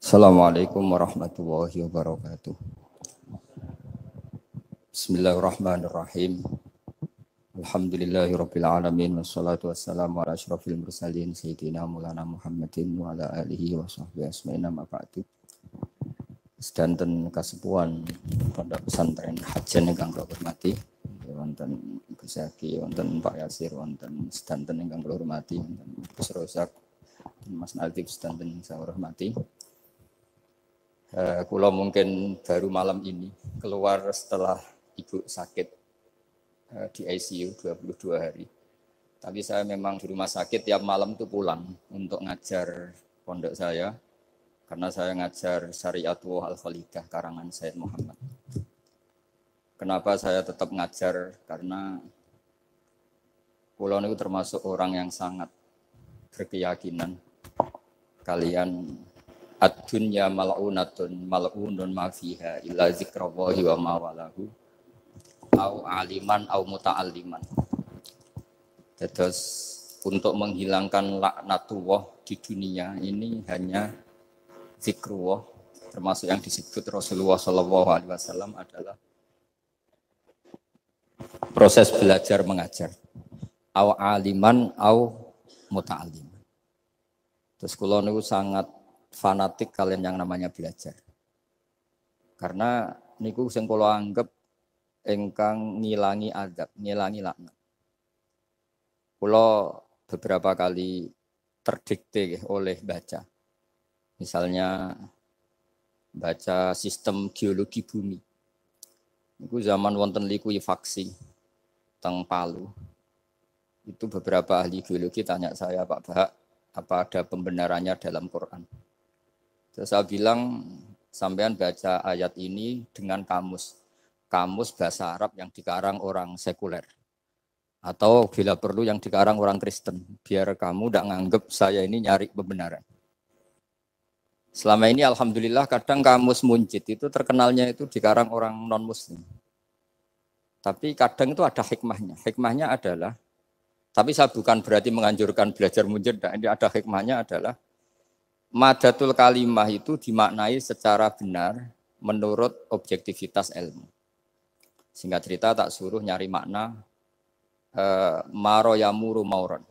Assalamualaikum warahmatullahi wabarakatuh. Bismillahirrahmanirrahim. Alhamdulillahirabbil alamin wassalatu wassalamu ala asyrofil mursalin sayyidina Maulana Muhammadin wa ala alihi wa sahbihi asma'in amma ba'du. Sedanten kasepuhan Pondok Pesantren Hajen ingkang kula hormati, wonten Gus Zaki, wonten Pak Yasir, wonten sedanten ingkang kula hormati, wonten Gus Rozak, Mas Nadif sedanten saya hormati. Kula mungkin baru malam ini keluar setelah ibu sakit di ICU 22 hari. Tapi saya memang di rumah sakit tiap malam tuh pulang untuk ngajar pondok saya. Karena saya ngajar Syariatullah Al-Khalidah karangan Sayyid Muhammad. Kenapa saya tetap ngajar? Karena kula niku termasuk orang yang sangat berkeyakinan kalian ad-dunya mal'unatun mal'unun ma fiha illa zikrallahi wa ma walahu au aliman au muta'alliman. Terus untuk menghilangkan laknatullah di dunia ini hanya zikrullah, termasuk yang disebut Rasulullah SAW adalah proses belajar mengajar. Au aliman au muta'alliman. Terus kula niku sangat fanatik kalian yang namanya belajar. Karena niku sing kula anggap ingkang ngilangi adab, ngilangi laknat. Kula beberapa kali terdikte oleh baca. Misalnya baca sistem geologi bumi. Niku zaman wonten likuifaksi teng Palu. Itu beberapa ahli geologi tanya saya, Pak Bahak, apa ada pembenarannya dalam Quran? Terus saya bilang, sampean baca ayat ini dengan kamus bahasa Arab yang dikarang orang sekuler. Atau bila perlu yang dikarang orang Kristen. Biar kamu tidak nganggep saya ini nyari pembenaran. Selama ini alhamdulillah kadang kamus Munjid itu terkenalnya itu dikarang orang non-muslim. Tapi kadang itu ada hikmahnya. Hikmahnya adalah, tapi saya bukan berarti menganjurkan belajar Munjid. Ini ada hikmahnya adalah, madatul kalimah itu dimaknai secara benar menurut objektivitas ilmu. Singkat cerita tak suruh nyari makna maroyamuru mauron.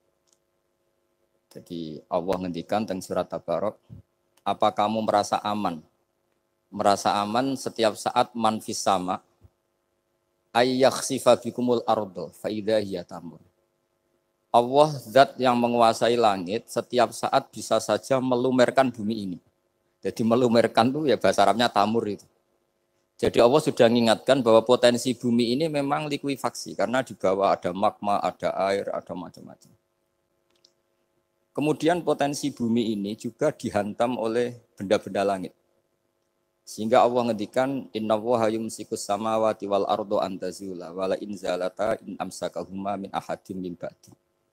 Jadi Allah ngendikan teng surat Tabarok, apa kamu merasa aman? Merasa aman setiap saat man fis sama ayyakhsifa bikumul ardo fa idza hiya tamur. Allah zat yang menguasai langit setiap saat bisa saja melumerkan bumi ini. Jadi melumerkan itu ya bahasa Arabnya tamur itu. Jadi Allah sudah mengingatkan bahwa potensi bumi ini memang likuifaksi karena di bawah ada magma, ada air, ada macam-macam. Kemudian potensi bumi ini juga dihantam oleh benda-benda langit. Sehingga Allah ngendikan innallaha yumsikus samawati wal ardo an tazula wala in zalata in amsakahuma min ahadim min ba'di.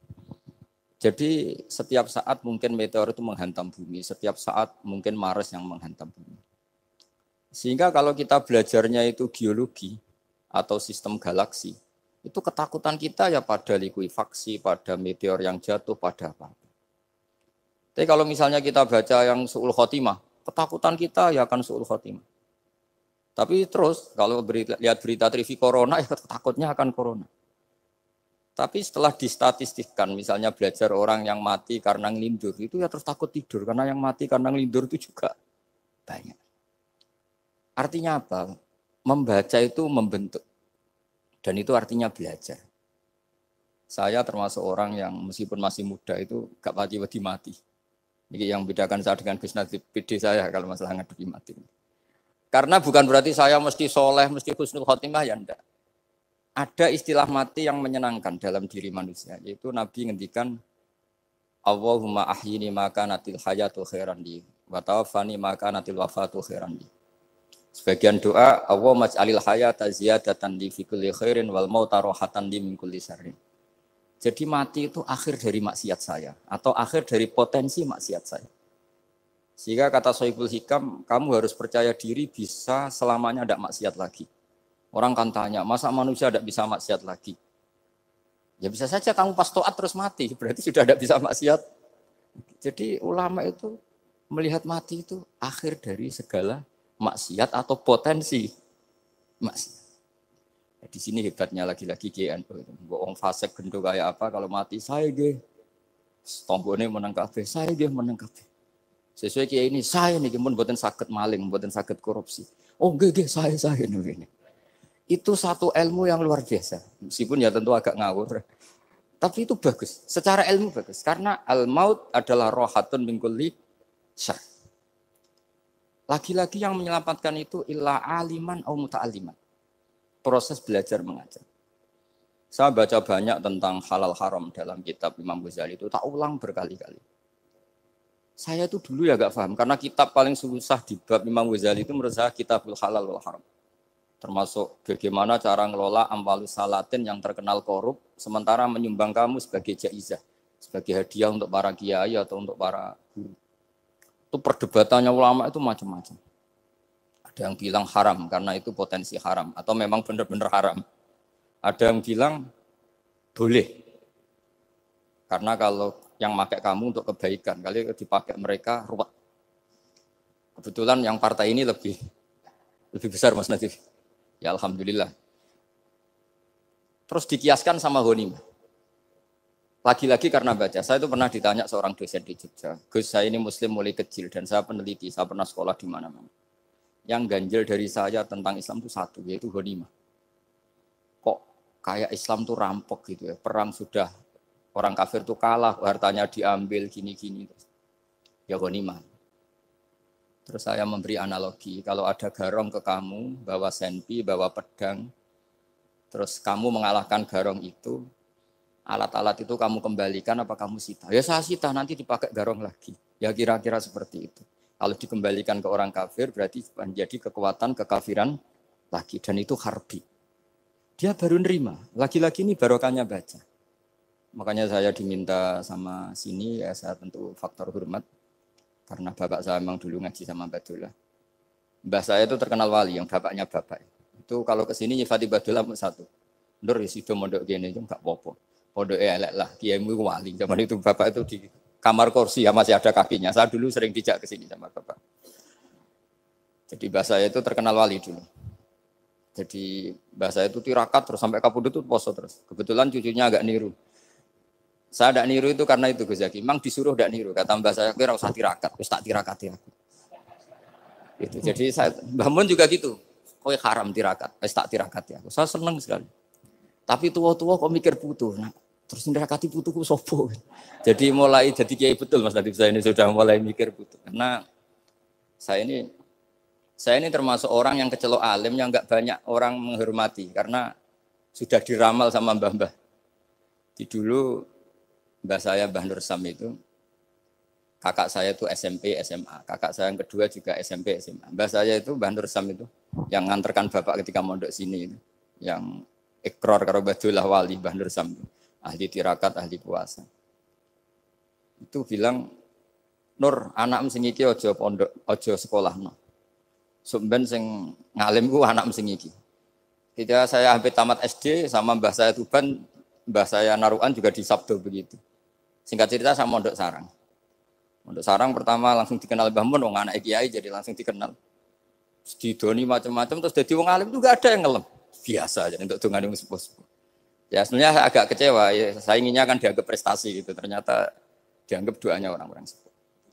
Jadi setiap saat mungkin meteor itu menghantam bumi, setiap saat mungkin Mars yang menghantam bumi. Sehingga kalau kita belajarnya itu geologi atau sistem galaksi, itu ketakutan kita ya pada likuifaksi, pada meteor yang jatuh, pada apa. Tapi kalau misalnya kita baca yang su'ul khotimah, ketakutan kita ya akan su'ul khotimah. Tapi terus kalau lihat berita TV corona, ya takutnya akan corona. Tapi setelah distatistikkan, misalnya belajar orang yang mati karena ngelindur, itu ya terus takut tidur, karena yang mati karena ngelindur itu juga banyak. Artinya apa? Membaca itu membentuk. Dan itu artinya belajar. Saya termasuk orang yang meskipun masih muda itu gak pati-pati mati. Ini yang membedakan saya dengan Gus Nadif PD saya kalau masalah ngadepi mati. Karena bukan berarti saya mesti soleh, mesti husnul khotimah, ya enggak. Ada istilah mati yang menyenangkan dalam diri manusia, yaitu Nabi ngendikan Allahumma ahyini maka natil hayatu khairan li wa tawaffani maka natil wafatu khairan li. Sebagian doa Allahumma maj'alil hayata ziyadatan li fi kulli khairin wal mauta rahatan li min kulli syarrin. Jadi mati itu akhir dari maksiat saya atau akhir dari potensi maksiat saya. Sehingga kata Sohibul Hikam, kamu harus percaya diri bisa selamanya tidak maksiat lagi. Orang kan tanya, masa manusia tidak bisa maksiat lagi? Ya bisa saja kamu pas taat terus mati, berarti sudah tidak bisa maksiat. Jadi ulama itu Melihat mati itu akhir dari segala maksiat atau potensi maksiat. Di sini hebatnya lagi-lagi GNU. Wong fasik gendho kayak apa kalau mati saya ge. Tonggone menang kabeh, saya ge menang kabeh. Sesuai kiai ini saya nih mun mboten saged maling, mboten saged korupsi. Oh nggih saya ini. Itu satu ilmu yang luar biasa. Meskipun ya tentu agak ngawur. Tapi itu bagus. Secara ilmu bagus karena al-maut adalah rohatun min kulli syarr. Lagi-lagi yang menyelamatkan itu illa aliman au muta'alliman. Proses belajar mengajar. Saya baca banyak tentang halal haram dalam kitab Imam Ghazali itu, tak ulang berkali-kali. Saya itu dulu ya gak paham, karena kitab paling susah di bab Imam Ghazali itu menurut saya kitabul halal wal haram. Termasuk bagaimana cara ngelola amwalus salatin yang terkenal korup, sementara menyumbang kamu sebagai jaizah, sebagai hadiah untuk para kiai atau untuk para guru. Itu perdebatannya ulama itu macam-macam. Ada yang bilang haram karena itu potensi haram atau memang benar-benar haram. Ada yang bilang boleh. Karena kalau yang pakai kamu untuk kebaikan, kali dipakai mereka ruwet. Kebetulan yang partai ini lebih besar Mas Nadif. Ya alhamdulillah. Terus dikiaskan sama ghanimah. Lagi-lagi karena baca, saya itu pernah ditanya seorang dosen di Jogja. Gus, saya ini muslim mulai kecil dan saya peneliti, saya pernah sekolah di mana-mana. Yang ganjil dari saya tentang Islam itu satu, yaitu ghanimah. Kok kayak Islam tuh rampok gitu ya, perang sudah, orang kafir tuh kalah, hartanya diambil, gini-gini. Ya ghanimah. Terus saya memberi analogi, kalau ada garong ke kamu, bawa senpi, bawa pedang, terus kamu mengalahkan garong itu, alat-alat itu kamu kembalikan apa kamu sita? Ya saya sita, nanti dipakai garong lagi. Ya kira-kira seperti itu. Kalau dikembalikan ke orang kafir berarti menjadi kekuatan kekafiran lagi. Dan itu harbi. Dia baru nerima. Lagi-lagi ini barokahnya baca. Makanya saya diminta sama sini, ya saya tentu faktor hormat. Karena bapak saya memang dulu ngaji sama Badullah. Mbah saya itu terkenal wali, yang bapaknya bapak. Itu kalau kesini nyifati Badullah satu. Nur isido mondok gini itu enggak apa-apa. Pondok elek lah, kiaimu wali. Zaman itu bapak itu di kamar kursi ya masih ada kakinya. Saya dulu sering dijak ke sini sama bapak. Jadi mbah saya itu terkenal wali dulu. Jadi mbah saya itu tirakat terus sampai kapundhut itu poso terus. Kebetulan cucunya agak niru. Saya tidak niru itu karena itu Gus Zaki. Memang disuruh tidak niru. Kata mbah saya, kira usah tirakat, terus tak tirakati aku. Gitu. Jadi saya, Mbah Mun juga gitu. Kowe haram tirakat, terus tak tirakati aku. Saya senang sekali. Tapi tua-tua kok mikir putu. Nah, terus nirakati putuku sopo. Jadi mulai jadi kiai betul Mas Nadif, saya ini sudah mulai mikir putu. Karena saya ini termasuk orang yang kecelok alim yang enggak banyak orang menghormati karena sudah diramal sama mbah-mbah. Di dulu mbah saya Mbah Nur Sam itu kakak saya itu SMP SMA, kakak saya yang kedua juga SMP SMA. Mbah saya itu Mbah Nur Sam itu yang nganterkan bapak ketika mondok sini itu, yang ikrar karo Badullah wali Mbah Nur Sam, ahli tirakat, ahli puasa. Itu bilang, Nur, anak sing iki aja pondok, aja sekolahno. Sumben sing ngalim ku anak sing iki. Ketika saya hampir tamat SD sama mbah saya Tuban, mbah saya Narukan juga di Sabdo begitu. Singkat cerita saya mondok sarang. Mondok sarang pertama langsung dikenal Mbah Mun, wong anak kiai jadi langsung dikenal. Didoni macam-macam terus jadi wong alim juga ada yang ngelem. Biasa aja untuk dongane sepuh-sepuh. Ya sebenarnya agak kecewa ya, saya inginnya kan dianggap prestasi gitu. Ternyata dianggap doanya orang-orang sepuh.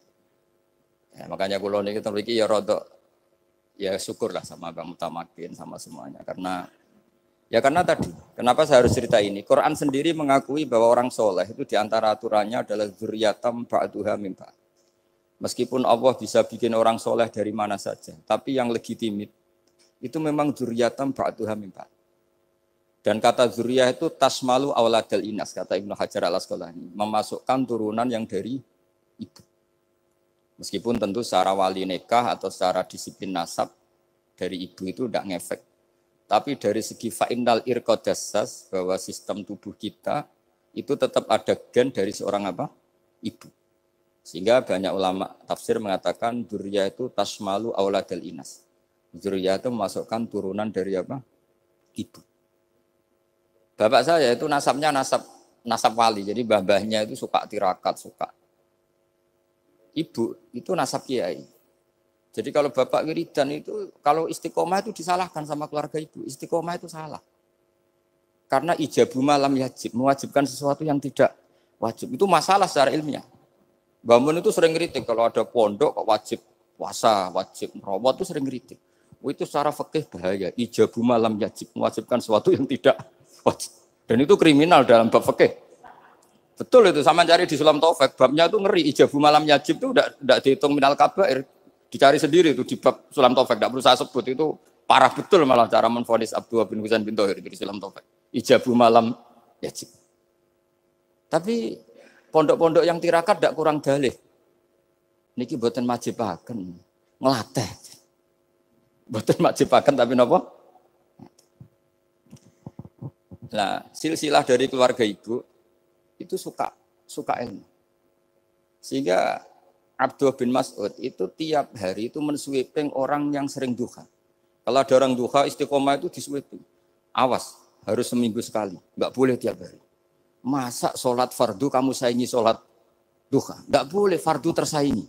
Ya, makanya kula niki mriki ya rodok ya syukurlah sama Bang Mutamakin sama semuanya karena tadi kenapa saya harus cerita ini. Quran sendiri mengakui bahwa orang soleh itu diantara aturannya adalah dzurriyyatam ba'duha min ba'd. Meskipun Allah bisa bikin orang soleh dari mana saja, tapi yang legitimit itu memang dzurriyyatam ba'duha min ba'd. Dan kata dzurriyah itu tasmalu auladal inas, kata Ibnu Hajar al-Asqalani, memasukkan turunan yang dari ibu. Meskipun tentu secara wali nikah atau secara disiplin nasab dari ibu itu tidak ngefek. Tapi dari segi fa'innal irqadassas, bahwa sistem tubuh kita itu tetap ada gen dari seorang apa? Ibu. Sehingga banyak ulama tafsir mengatakan dzurriyyah itu tasmalu auladal inas. Dzurriyyah itu memasukkan turunan dari apa? Ibu. Bapak saya itu nasabnya nasab wali. Jadi mbah-mbahnya itu suka tirakat, suka ibu itu nasab kiai. Jadi kalau bapak wiridan itu, kalau istiqomah itu disalahkan sama keluarga ibu. Istiqomah itu salah. Karena ijabu malam yajib, mewajibkan sesuatu yang tidak wajib. Itu masalah secara ilmiah. Mbah Mun itu sering kritik kalau ada pondok kok wajib puasa, wajib merawat itu sering kritik. Itu secara fikih bahaya. Ijabu malam yajib, mewajibkan sesuatu yang tidak wajib. Dan itu kriminal dalam bab fikih. Betul itu, sama cari di Sulam Taufik, babnya itu ngeri. Ijabu malam yajib itu tidak dihitung minal kabair. Dicari sendiri itu di bab Sulam Taufik, tidak perlu saya sebut, itu parah betul malah cara menvonis Abdullah bin Husain bin Thohir di Sulam Taufik. Ijabu malam yajib. Tapi pondok-pondok yang tirakat tidak kurang dalih. Niki boten majibaken, ngelatih. Boten majibaken tapi napa? Nah, silsilah dari keluarga ibu itu suka ilmu. Sehingga Abdullah bin Mas'ud itu tiap hari itu mensweeping orang yang sering duha. Kalau ada orang duha istiqomah itu disweeping. Awas, harus seminggu sekali, nggak boleh tiap hari. Masa sholat fardu kamu saingi sholat duha? Nggak boleh, fardu tersaingi.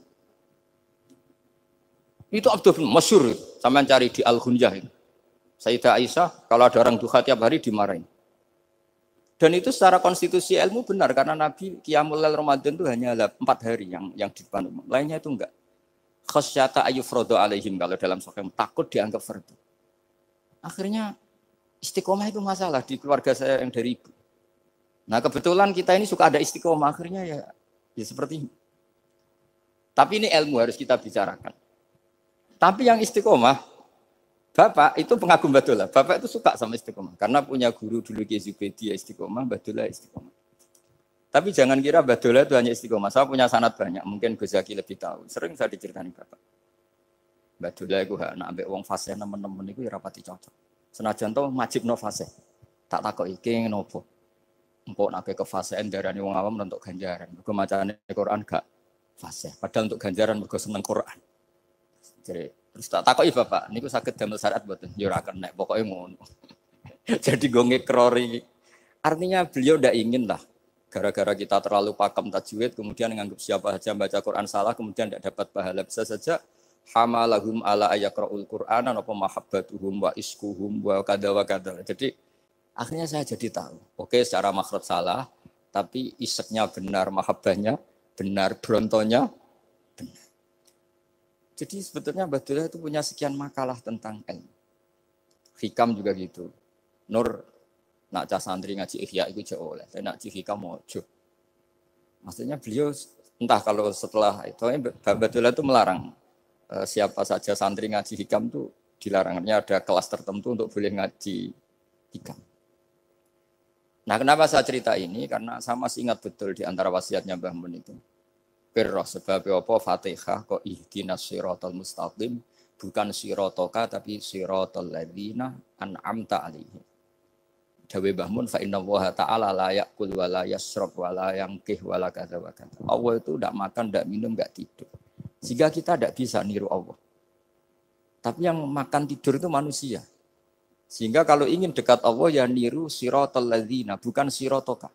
Itu Abdullah bin masyhur, sampean cari di Al-Ghunyah itu. Sayyidah Aisyah kalau ada orang duha tiap hari dimarahin. Dan itu secara konstitusi ilmu benar karena Nabi Qiyamul Lail Ramadan itu hanya 4 hari yang di depan umum. Lainnya itu enggak. Khasyata ayyufrodo alaihim kalau dalam sahih takut dianggap fardu. Akhirnya istiqomah itu masalah di keluarga saya yang dari ibu. Nah kebetulan kita ini suka ada istiqomah akhirnya ya seperti ini. Tapi ini ilmu harus kita bicarakan. Tapi yang istiqomah Bapak itu pengagum Badulah. Bapak itu suka sama istiqomah. Karena punya guru dulu Ki Zubedi istiqomah, Badulah istiqomah. Tapi jangan kira Badulah itu hanya istiqomah. Saya punya sanad banyak. Mungkin Gus Zaki lebih tahu. Sering saya diceritakan Bapak. Badulah itu nak ambek wong fasih teman-teman itu rapati cocok. Senajan to majibno fasih. Tak takok iki ngopo. Empuk nak ke fasihan darani wong awam untuk ganjaran. Mergo macane Quran gak fasih. Padahal untuk ganjaran mergo seneng Quran. Jadi terus tak takoki Bapak, niku saged damel syariat mboten? Ya ora kenek, pokoke ngono. Jadi go ngekrori. Artinya beliau ndak ingin lah gara-gara kita terlalu pakem tajwid kemudian menganggap siapa saja baca Quran salah kemudian tidak dapat pahala. Bisa saja hamalahum ala ayaqraul Qur'ana apa mahabbatuhum wa iskuhum wa kada wa kada. Jadi akhirnya saya jadi tahu. Oke, secara makhraj salah, tapi iseknya benar, mahabbahnya benar, brontonya benar. Jadi sebetulnya Badulah itu punya sekian makalah tentang ilmu. Hikam juga gitu. Nur nak cah santri ngaji Ihya itu jauh oleh, tapi nak ngaji Hikam mojo. Maksudnya beliau entah kalau setelah itu Badulah itu melarang siapa saja santri ngaji Hikam itu dilarangnya ada kelas tertentu untuk boleh ngaji Hikam. Nah, kenapa saya cerita ini? Karena saya masih ingat betul di antara wasiatnya Mbah Mun itu. Pirroh sebab apa Fatihah kok ihdinas siratal mustaqim bukan siratoka tapi siratal ladzina an'amta alaihim. Dawe Mbah Mun fa inna Allaha ta'ala la ya'kul wa la yashrab wa la yanqih wa la kadza wa kadza. Allah itu enggak makan, enggak minum, enggak tidur. Sehingga kita enggak bisa niru Allah. Tapi yang makan tidur itu manusia. Sehingga kalau ingin dekat Allah ya niru siratal ladzina bukan siratoka.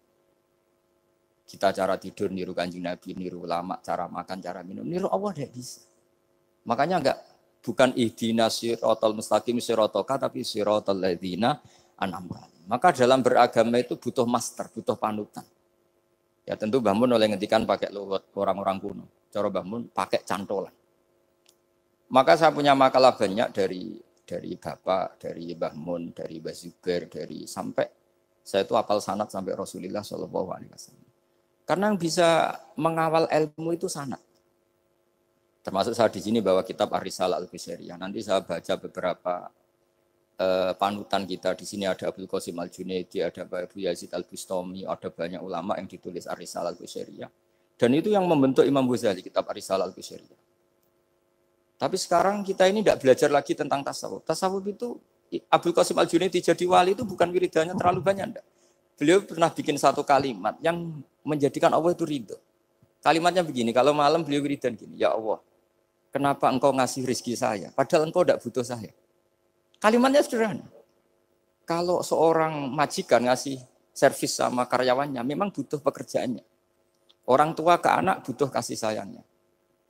Kita cara tidur niru Kanjeng Nabi, niru ulama, cara makan, cara minum, niru Allah tidak bisa. Makanya bukan ihdinas siratal mustaqim siratoka tapi siratal ladzina an'amta. Maka dalam beragama itu butuh master, butuh panutan. Ya tentu Mbah Mun oleh ngendikan pakai luwet orang-orang kuno. Cara Mbah Mun pakai cantolan. Maka saya punya makalah banyak dari Bapak, dari Mbah Mun, dari Mbah Zubair, dari sampai saya itu hafal sanad sampai Rasulullah Shallallahu Alaihi Wasallam. Karena yang bisa mengawal ilmu itu sanad. Termasuk saya di sini bawa kitab Ar-Risalah Al-Qusairiyah. Nanti saya baca beberapa panutan kita. Di sini ada Abdul Qasim Al-Junaidi, ada Abu Yazid Al-Bustami, ada banyak ulama yang ditulis Ar-Risalah Al-Qusairiyah. Dan itu yang membentuk Imam Ghazali, kitab Ar-Risalah Al-Qusairiyah. Tapi sekarang kita ini tidak belajar lagi tentang tasawuf. Tasawuf itu Abdul Qasim Al-Junaidi jadi wali itu bukan wiridannya terlalu banyak. Enggak. Beliau pernah bikin satu kalimat yang menjadikan Allah itu ridho. Kalimatnya begini, kalau malam beliau wiridan gini, ya Allah, kenapa engkau ngasih rezeki saya? Padahal engkau tidak butuh saya. Kalimatnya sederhana. Kalau seorang majikan ngasih servis sama karyawannya, memang butuh pekerjaannya. Orang tua ke anak butuh kasih sayangnya.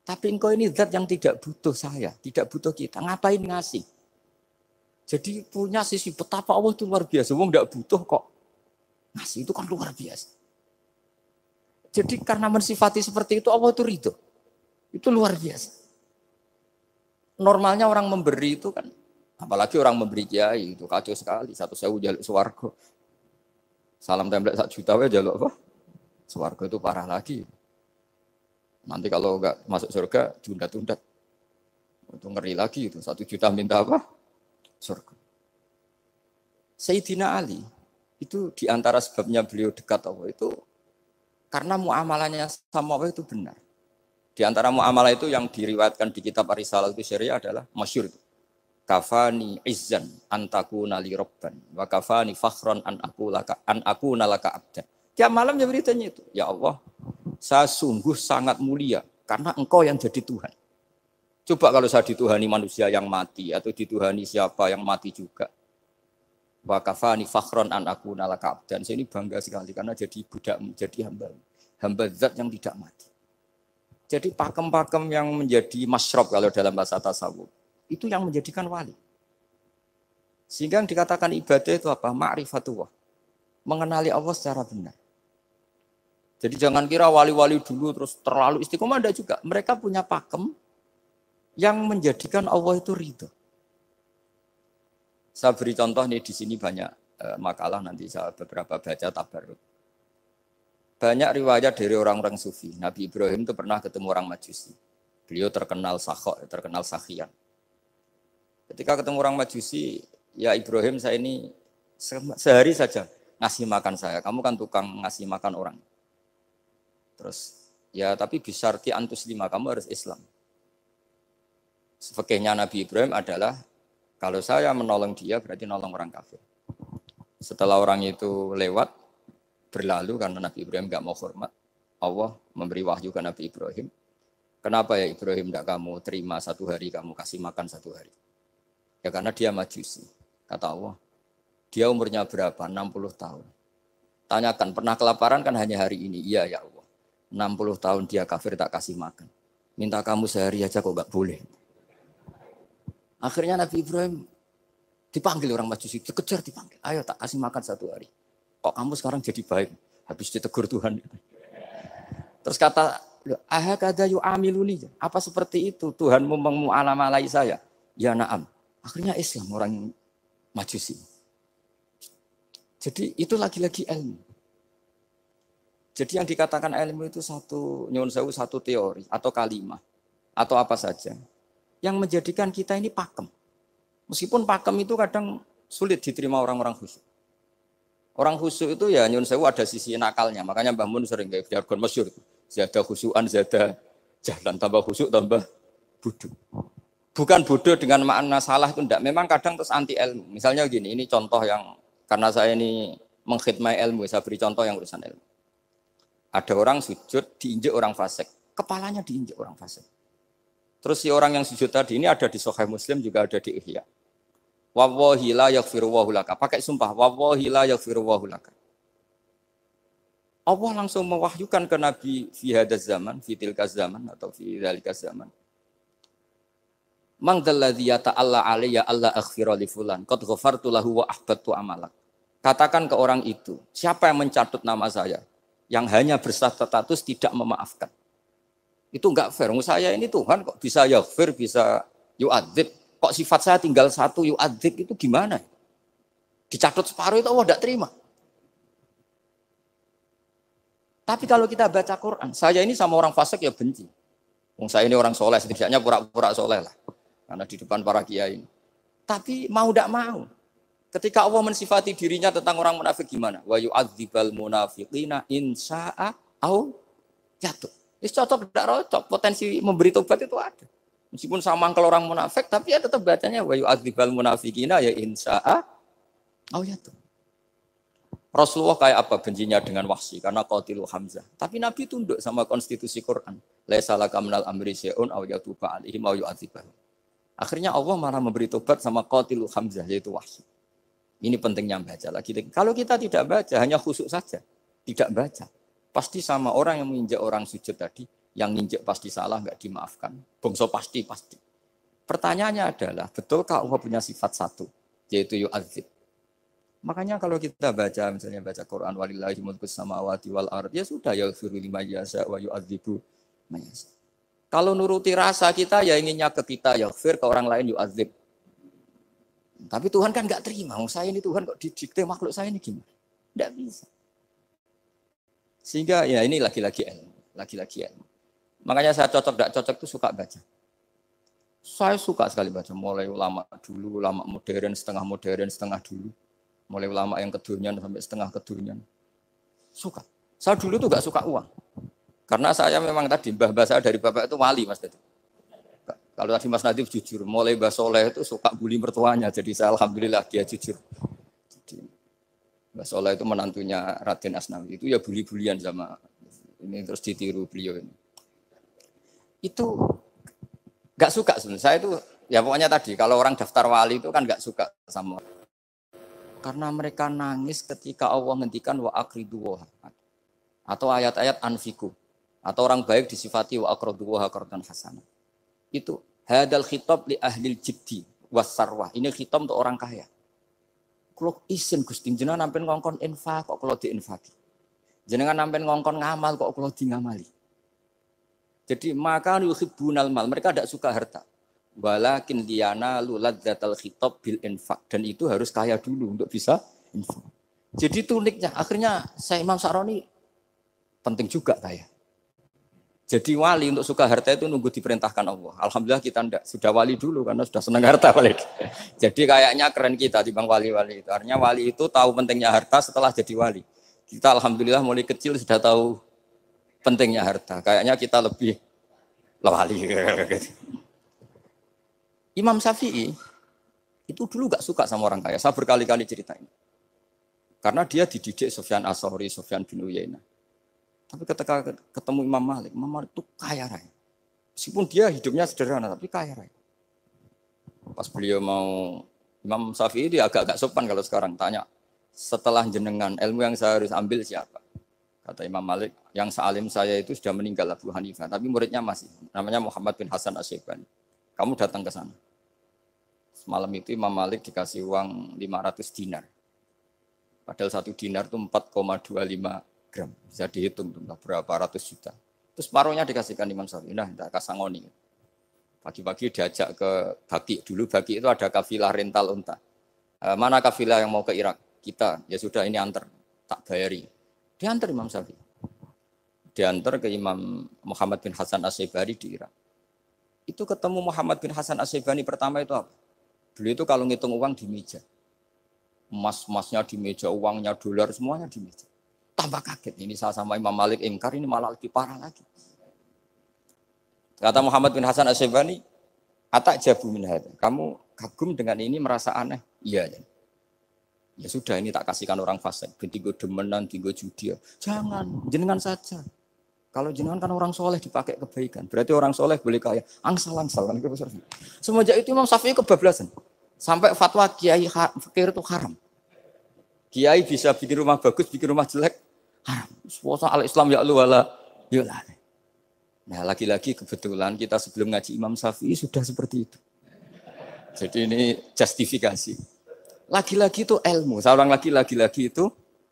Tapi engkau ini zat yang tidak butuh saya, tidak butuh kita. Ngapain ngasih? Jadi punya sisi betapa Allah itu luar biasa. Wong enggak butuh kok. Ngasih itu kan luar biasa. Jadi karena mensifati seperti itu Allah itu ridho. Itu luar biasa. Normalnya orang memberi itu kan, apalagi orang memberi kiai itu kacau sekali. 1.000 jaluk swarga. Salam template 1 juta we jaluk apa? Swarga itu parah lagi. Nanti kalau enggak masuk surga, tunda-tunda. Itu ngeri lagi itu. 1 juta minta apa? Surga. Sayyidina Ali, itu diantara sebabnya beliau dekat Allah itu, karena muamalahnya sama Allah itu benar. Di antara muamalah itu yang diriwayatkan di kitab Ar-Risalah itu syariah adalah masyhur itu. Kafani izzan antakuna li robban wa kafani fakhron an aku nalaka abdan. Tiap malam ya beritanya itu. Ya Allah, saya sungguh sangat mulia karena engkau yang jadi Tuhan. Coba kalau saya dituhani manusia yang mati atau dituhani siapa yang mati juga. Wa kafani fakhron an aku nalaka abdan. Saya ini bangga sekali karena jadi budak, jadi hamba zat yang tidak mati. Jadi pakem-pakem yang menjadi masyrob kalau dalam bahasa tasawuf itu yang menjadikan wali. Sehingga yang dikatakan ibadah itu apa? Ma'rifatullah. Mengenali Allah secara benar. Jadi jangan kira wali-wali dulu terus terlalu istiqomah, ada juga. Mereka punya pakem yang menjadikan Allah itu ridho. Saya beri contoh nih, di sini banyak makalah, nanti saya beberapa baca tabarruk. Banyak riwayat dari orang-orang sufi. Nabi Ibrahim itu pernah ketemu orang Majusi. Beliau terkenal sakhok, terkenal sakhian. Ketika ketemu orang Majusi, ya Ibrahim, saya ini sehari saja ngasih makan saya. Kamu kan tukang ngasih makan orang. Terus, ya tapi bisarti antus 5, kamu harus Islam. Fikihnya Nabi Ibrahim adalah, kalau saya menolong dia berarti nolong orang kafir. Setelah orang itu lewat, berlalu karena Nabi Ibrahim enggak mau hormat, Allah memberi wahyu ke Nabi Ibrahim. Kenapa ya Ibrahim enggak kamu terima 1 hari, kamu kasih makan 1 hari? Ya karena dia Majusi. Kata Allah, dia umurnya berapa? 60 tahun. Tanyakan, pernah kelaparan kan hanya hari ini? Iya ya Allah. 60 tahun dia kafir tak kasih makan. Minta kamu sehari aja kok enggak boleh. Akhirnya Nabi Ibrahim dipanggil orang Majusi, dikejar dipanggil. Ayo tak kasih makan 1 hari. Kok kamu sekarang jadi baik? Habis ditegur Tuhan. Terus kata, ahakada yu'amiluni. Apa seperti itu? Tuhanmu mengualamalai saya. Ya na'am. Akhirnya Islam orang Majusi. Jadi itu lagi-lagi ilmu. Jadi yang dikatakan ilmu itu nyuwun sewu, satu teori atau kalimat atau apa saja yang menjadikan kita ini pakem. Meskipun pakem itu kadang sulit diterima orang-orang khusyuk. Orang khusyuk itu ya nyuwun sewu ada sisi nakalnya. Makanya Mbah Mun sering kayak jargon masyhur. Zada khusyuan, zada jalan, tambah khusyuk tambah bodoh. Bukan bodoh dengan makna salah itu enggak. Memang kadang terus anti ilmu. Misalnya gini, ini contoh yang karena saya ini mengkhidmati ilmu, saya beri contoh yang urusan ilmu. Ada orang sujud diinjek orang fasik, kepalanya diinjek orang fasik. Terus si orang yang sujud tadi ini ada di Sahih Muslim, juga ada di Ihya. Wallahi la yaghfiru Allahu laka. Pakai sumpah, wallahi la yaghfiru Allahu laka. Allah langsung mewahyukan ke Nabi fi hadzal zaman, fi tilkaz zaman atau fi dzalikaz zaman. Man dzalladzi yata'alla alayya alla aghfira li fulan qad ghafartu lahu wa ahbattu amalak. Katakan ke orang itu, siapa yang mencatut nama saya yang hanya berstatus tidak memaafkan. Itu enggak fair. Saya ini Tuhan kok bisa yaghfir, bisa yu'adzib. Kok sifat saya tinggal 1 yu'adzib, itu gimana? Dicatut separuh itu Allah tidak terima. Tapi kalau kita baca Quran, saya ini sama orang fasik ya benci. Saya ini orang soleh, setidaknya pura-pura soleh lah. Karena di depan para kiai ini. Tapi mau tidak mau. Ketika Allah mensifati dirinya tentang orang munafik gimana? Wa yu'adzibal munafiqina insya'a au yatuh. Ini cocok tidak cocok. Potensi memberi tobat itu ada. Meskipun sama kalau orang munafik, tapi ya tetap bacanya wa yu'adzibal munafiqina ya insya'a au yatuh. Rasulullah kayak apa bencinya dengan Wahsy karena qatilu Hamzah. Tapi Nabi tunduk sama konstitusi Quran. Laisa laka minal amri syai'un aw yatuba alaihim aw yu'adzibahum. Akhirnya Allah malah memberi tobat sama qatilu Hamzah yaitu Wahsy. Ini pentingnya baca lagi. Kalau kita tidak baca, hanya khusyuk saja, tidak baca, pasti sama orang yang menginjak orang sujud tadi, yang nginjek pasti salah, nggak dimaafkan. Bongso pasti. Pertanyaannya adalah, betulkah Allah punya sifat satu, yaitu yu'adzib? Makanya kalau kita baca, misalnya baca Quran, walillahi mulkus samawati wal ard, ya sudah, yaghfiru liman yasha wa yu'adzibu man yasha. Kalau nuruti rasa kita, ya inginnya ke kita, yaghfir, ke orang lain yu'adzib. Tapi Tuhan kan nggak terima, saya ini Tuhan kok didikte makhluk saya ini gimana? Nggak bisa. Sehingga ya ini lagi-lagi ilmu. Makanya saya cocok, tidak cocok itu suka baca. Saya suka sekali baca, mulai ulama dulu, ulama modern, setengah dulu. Mulai ulama yang kedunian sampai setengah kedunian. Suka. Saya dulu tuh gak suka uang. Karena saya memang tadi, mbah saya dari bapak itu wali Mas Dadi. Kalau tadi Mas Nadif jujur, mulai Mbah Soleh itu suka bully mertuanya. Jadi saya alhamdulillah dia jujur. Jadi, Mbah Soleh itu menantunya Raden Asnawi. Itu ya bully-bulian sama ini terus ditiru beliau ini. Itu gak suka sebenarnya. Saya itu ya pokoknya tadi kalau orang daftar wali itu kan gak suka sama. Karena mereka nangis ketika Allah ngendikan wa aqridu wa atau ayat-ayat anfiku atau orang baik disifati wa aqridu wa qardan hasanah. Itu hadal khitab li ahlil jiddi wasarwah. Ini khitab untuk orang kaya. Kalau isin Gusti jenengan nampen ngongkon infak kok kalau diinfaki. Jenengan nampen ngongkon ngamal kok kalau di ngamali. Jadi maka yuhibbunal mal, mereka tidak suka harta. Walakin liyana luladzatal khitab bil infak, dan itu harus kaya dulu untuk bisa infak. Jadi itu uniknya. Akhirnya saya Imam Sa'roni penting juga kaya. Jadi wali untuk suka harta itu nunggu diperintahkan Allah. Alhamdulillah kita enggak, sudah wali dulu karena sudah senang harta wali. Jadi kayaknya keren kita dibanding wali-wali itu. Artinya wali itu tahu pentingnya harta setelah jadi wali. Kita alhamdulillah mulai kecil sudah tahu pentingnya harta. Kayaknya kita lebih wali. Imam Syafi'i itu dulu gak suka sama orang kaya. Saya berkali-kali ceritain. Karena dia dididik Sufyan As-Tsauri, Sufyan bin Uyainah. Tapi ketika ketemu Imam Malik itu kaya raya. Meskipun dia hidupnya sederhana, tapi kaya raya. Pas beliau mau, Imam Syafi'i dia agak-agak sopan kalau sekarang tanya, setelah jenengan ilmu yang saya harus ambil siapa? Kata Imam Malik, yang sealim saya itu sudah meninggal Abu Hanifah, tapi muridnya masih, namanya Muhammad bin Hasan Asy-Syaibani. Kamu datang ke sana. Semalam itu Imam Malik dikasih uang 500 dinar. Padahal 1 dinar itu 4,25 gram. Bisa dihitung berapa ratus juta. Terus paruhnya dikasihkan Imam Syafi'i. Nah, tidak kasangoni. Pagi-pagi diajak ke Baki. Dulu Baki itu ada kafilah rental unta. Mana kafilah yang mau ke Irak? Kita. Ya sudah ini antar. Tak bayari. Diantar Imam Syafi'i. Diantar ke Imam Muhammad bin Hasan Asy-Syaibani di Irak. Itu ketemu Muhammad bin Hasan Asy-Syaibani pertama itu apa? Beliau itu kalau ngitung uang di meja. Emas-emasnya di meja, uangnya dolar, semuanya di meja. Tambah kaget, ini saya sama Imam Malik ingkar, ini malah lebih parah lagi. Kata Muhammad bin Hasan Asy-Syaibani, atak jabu min hadza. Kamu kagum dengan ini merasa aneh? Iya. Ya sudah, ini tak kasihkan orang fasik. Tinggo demenan, tinggo judi. Jangan, jenengan saja. Kalau jenengan kan orang soleh dipakai kebaikan. Berarti orang soleh boleh kaya. Angsal-angsal. Semenjak itu Imam Syafi'i kebablasan. Sampai fatwa kiai fakir itu haram. Kiai bisa bikin rumah bagus, bikin rumah jelek. Haram. Suasa al-Islam ya Allah wala yulah. Nah lagi-lagi kebetulan kita sebelum ngaji Imam Syafi'i sudah seperti itu. Jadi ini justifikasi. Lagi-lagi itu ilmu. Seorang lagi-lagi itu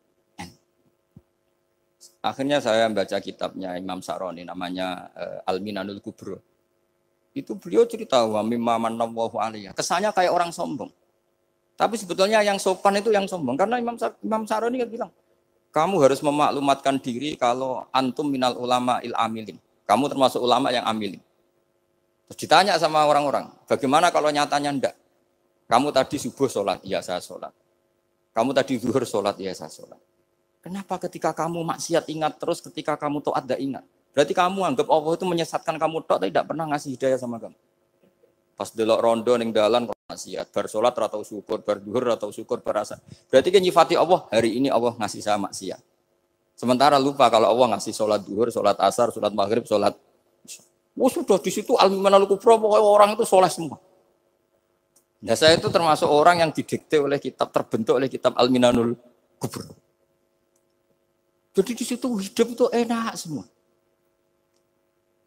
akhirnya saya membaca kitabnya Imam Sa'roni namanya Al-Minanul Kubro. Itu beliau cerita wa mimma manallahu alaihi. Kesannya kayak orang sombong. Tapi sebetulnya yang sopan itu yang sombong karena Imam Sa'roni kan bilang, kamu harus memaklumatkan diri kalau antum minal ulama il amilin. Kamu termasuk ulama yang amilin. Terus ditanya sama orang-orang, bagaimana kalau nyatanya enggak? Kamu tadi subuh sholat, iya saya sholat. Kamu tadi zuhur sholat, iya saya sholat. Kenapa ketika kamu maksiat ingat terus, ketika kamu taat tidak ingat? Berarti kamu anggap Allah itu menyesatkan kamu tapi tidak pernah ngasih hidayah sama kamu. Pas delok rondo ning dalan kok maksiat, bar salat atau syukur, bar zuhur atau syukur berasa. Berarti kan nyifati Allah, hari ini Allah ngasih saya maksiat. Sementara lupa kalau Allah ngasih salat zuhur, salat asar, salat maghrib, salat. Oh sudah di situ al-Minanul Kubro, pokoknya orang itu soleh semua. Nah saya itu termasuk orang yang didikte oleh kitab, terbentuk oleh kitab Al-Minanul Kubro. Jadi di situ hidup itu enak semua.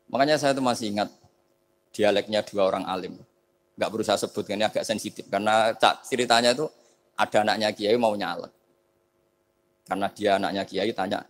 Makanya saya tuh masih ingat dialeknya dua orang alim. Nggak berusaha sebut, ini agak sensitif. Karena ceritanya itu ada anaknya kiai mau nyalek. Karena dia anaknya kiai tanya,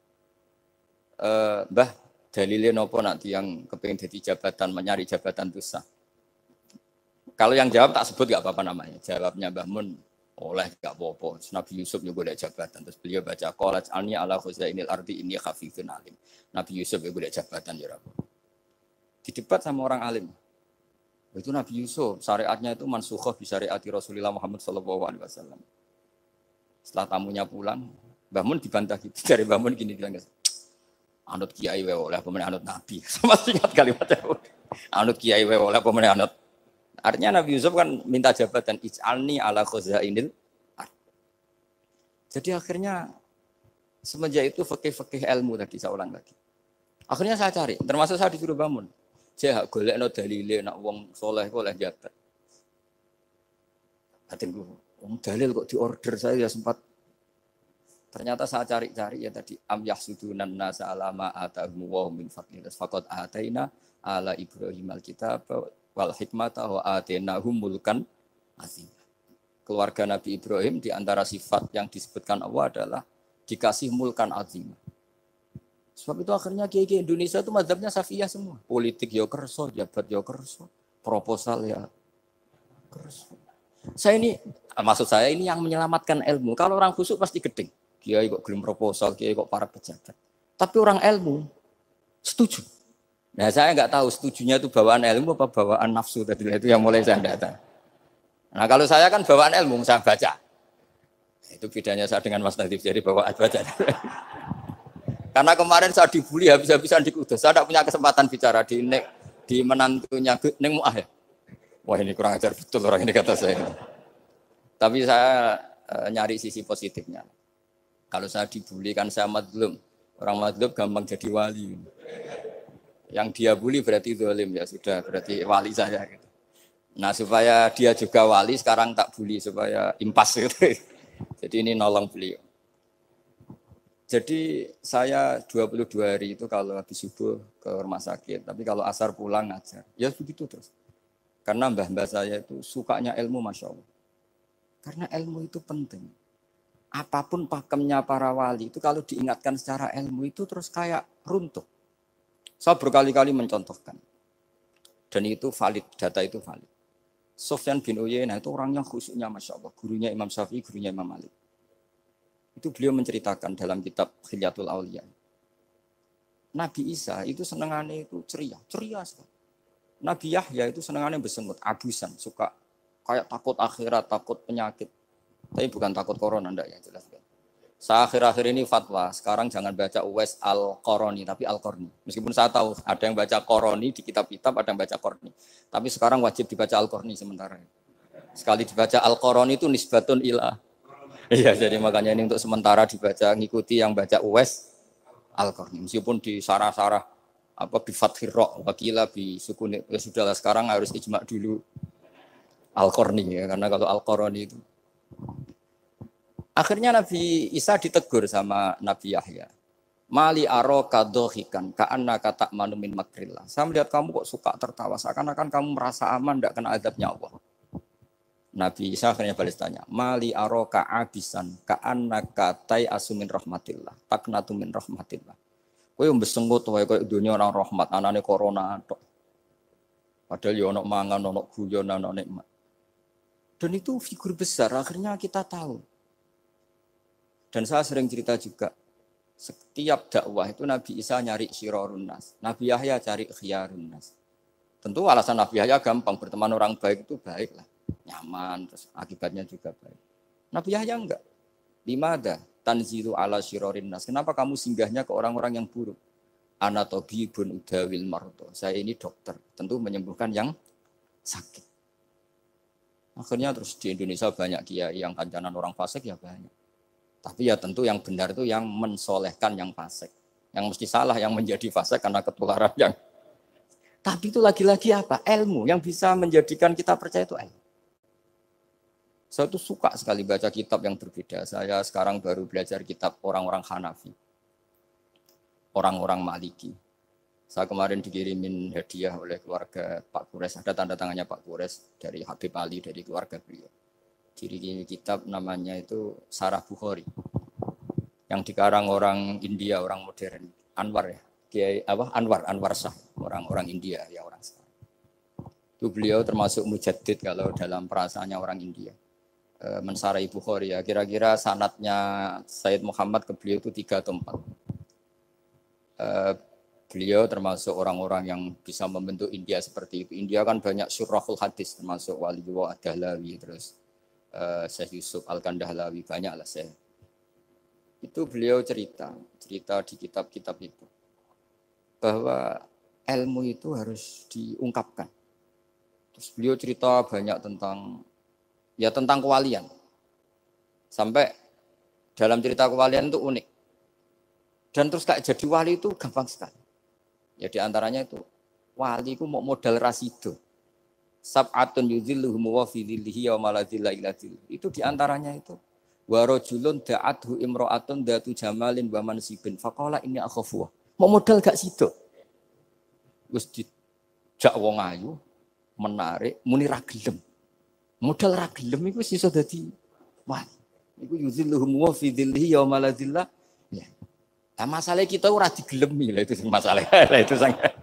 Mbah, dalilnya nopo nanti yang kepingin jadi jabatan, mencari jabatan itu sah. Kalau yang jawab tak sebut nggak apa-apa namanya. Jawabnya Mbah Mun, oleh nggak apa-apa. Nabi Yusuf juga ada jabatan. Terus beliau baca qalat alni ala khuzainil ardi ini khafifun alim. Nabi Yusuf juga ada jabatan ya Rabb. Didebat sama orang alim. Itu Nabi Yusuf, syariatnya itu mansukhah bi syariati Rasulullah Muhammad sallallahu alaihi wasallam. Setelah tamunya pulang, Mbah Mun dibantah gitu. Dari Mbah Mun gini bilang, anut kiai wae oleh pemenang anut nabi. Sama ingat kalimatnya. Anut kiai wae oleh pemenang anut. Artinya Nabi Yusuf kan minta jabatan ij'alni ala khuzainil ard. Jadi akhirnya semenjak itu fikih-fikih ilmu tadi saya ulang lagi. Akhirnya saya cari, termasuk saya disuruh bangun. Saya golekno dalile nak wong soleh kok oleh jabat. Batinku, wong dalil kok diorder saya ya sempat. Ternyata saya cari-cari ya tadi am yahsudunan nasa alama atahum wa min fadlillah faqad ataina ala Ibrahim alkitab wal hikmata wa atainahum mulkan azim. Keluarga Nabi Ibrahim di antara sifat yang disebutkan Allah adalah dikasih mulkan azim. Sebab itu akhirnya kiai-kiai Indonesia itu mazhabnya Safiyah semua. Politik ya kerso, jabat ya kerso, proposal ya kerso. Maksud saya ini yang menyelamatkan ilmu. Kalau orang khusyuk pasti gedeng. Kiai kok gelem proposal, kiai kok para pejabat. Tapi orang ilmu setuju. Nah saya nggak tahu setujunya itu bawaan ilmu apa bawaan nafsu tadi itu yang mulai saya nggak tahu. Nah kalau saya kan bawaan ilmu saya baca. Itu bedanya saya dengan Mas Nadif jadi bawaan baca. Karena kemarin saya dibully habis-habisan di Kudus. Saya tidak punya kesempatan bicara di menantunya Neng Muah ya. Wah ini kurang ajar betul orang ini kata saya. Tapi saya nyari sisi positifnya. Kalau saya dibully kan saya madlum. Orang madlum gampang jadi wali. Yang dia bully berarti zalim ya sudah berarti wali saya. Gitu. Nah supaya dia juga wali sekarang tak bully supaya impas gitu. Jadi ini nolong beliau. Jadi saya 22 hari itu kalau habis subuh ke rumah sakit, tapi kalau asar pulang ngajar. Ya begitu terus. Karena mbah-mbah saya itu sukanya ilmu Masya Allah. Karena ilmu itu penting. Apapun pakemnya para wali itu kalau diingatkan secara ilmu itu terus kayak runtuh. Saya berkali-kali mencontohkan. Dan itu valid, data itu valid. Sufyan bin Uyainah itu orangnya khusyuknya Masya Allah. Gurunya Imam Syafi'i, gurunya Imam Malik. Itu beliau menceritakan dalam kitab Khilyatul Auliya. Nabi Isa itu senengannya itu ceria sekali. Nabi Yahya itu senengannya bersengut, abusan, suka kayak takut akhirat, takut penyakit. Tapi bukan takut corona, enggak ya jelas. Saya akhir-akhir ini fatwa, sekarang jangan baca Uwais Al-Qarani, tapi Al-Qarni. Meskipun saya tahu ada yang baca Qarani di kitab-kitab, ada yang baca Qarni. Tapi sekarang wajib dibaca Al-Qarni sementara. Sekali dibaca Al-Qarani itu nisbatun ila. Iya, jadi makanya ini untuk sementara dibaca, ngikuti yang baca Uwais Al-Qarni. Meskipun di sarah-sarah apa bi fathir ra wakila bi sukun ya sudahlah sekarang harus ijma dulu Al-Qarni ya karena kalau Al-Qarani itu akhirnya Nabi Isa ditegur sama Nabi Yahya. Mali aro kadohikan ka'anna kata manumin makrillah. Saya melihat kamu kok suka tertawa seakan-akan kamu merasa aman tidak kena azabnya Allah. Nabi Isa akhirnya balas tanya, Mali aro ka'abisan ka'anna katai asumin rahmatillah taknatu min rahmatillah. Kowe mbesenggut wae koyo dunia orang rahmat anane corona tok. Padahal yo ono mangan, ono guyon, ono nikmat. Dan itu figur besar akhirnya kita tahu. Dan saya sering cerita juga setiap dakwah itu Nabi Isa nyari syirarun nas, Nabi Yahya cari khiyarun nas. Tentu alasan Nabi Yahya gampang berteman orang baik itu baik lah. Nyaman, terus akibatnya juga baik. Nabi Yahya enggak. Limada tanzilu ala syirarin nas. Kenapa kamu singgahnya ke orang-orang yang buruk? Ana tabibun udawil mardo. Saya ini dokter, tentu menyembuhkan yang sakit. Akhirnya terus di Indonesia banyak kiai yang kancanan orang fasik ya banyak. Tapi ya tentu yang benar itu yang mensolehkan yang fasik. Yang mesti salah yang menjadi fasik karena ketularan yang. Tapi itu lagi-lagi apa? Ilmu yang bisa menjadikan kita percaya itu ilmu. Saya tuh suka sekali baca kitab yang berbeda. Saya sekarang baru belajar kitab orang-orang Hanafi. Orang-orang Maliki. Saya kemarin dikirimin hadiah oleh keluarga Pak Kures, ada tanda tangannya Pak Kures dari Habib Ali, dari keluarga beliau. Diri kitab namanya itu Sarah Bukhari, yang dikarang orang India, orang modern, Anwar ya, Kiai apa Anwar Shah, orang India ya orang sekarang. Itu beliau termasuk mujaddid kalau dalam perasaannya orang India. Mensarai Bukhari ya, kira-kira sanadnya Sayyid Muhammad ke beliau itu 3 atau 4. Beliau termasuk orang-orang yang bisa membentuk India seperti itu. India kan banyak syurahul hadis, termasuk Waliullah Ad-Dahlawi, terus Syekh Yusuf Al-Kandahlawi, banyak lah Syekh. Itu beliau cerita di kitab-kitab itu, bahwa ilmu itu harus diungkapkan. Terus beliau cerita banyak tentang kewalian. Sampai dalam cerita kewalian itu unik. Dan terus kayak jadi wali itu gampang sekali. Ya diantaranya itu, wali itu mau modal rasido. Sab'atun yudhilluhum wa fi dhillihi wa maladhilla ila dhillihi. Itu diantaranya itu. Wa rajulun da'athu imra'atun datu jamalin wa mansibin. Faqala inni akhafuh. Mau modal gak sido. Terus dijak wong ayu, menarik, muni ra gelem. Modal ra gelem iku iso dadi wali. Iku yudhilluhum wa fi dhillihi wa maladhilla. Ya. Nah, masalah kita ora digelemi lah itu masalah. Itu sangat.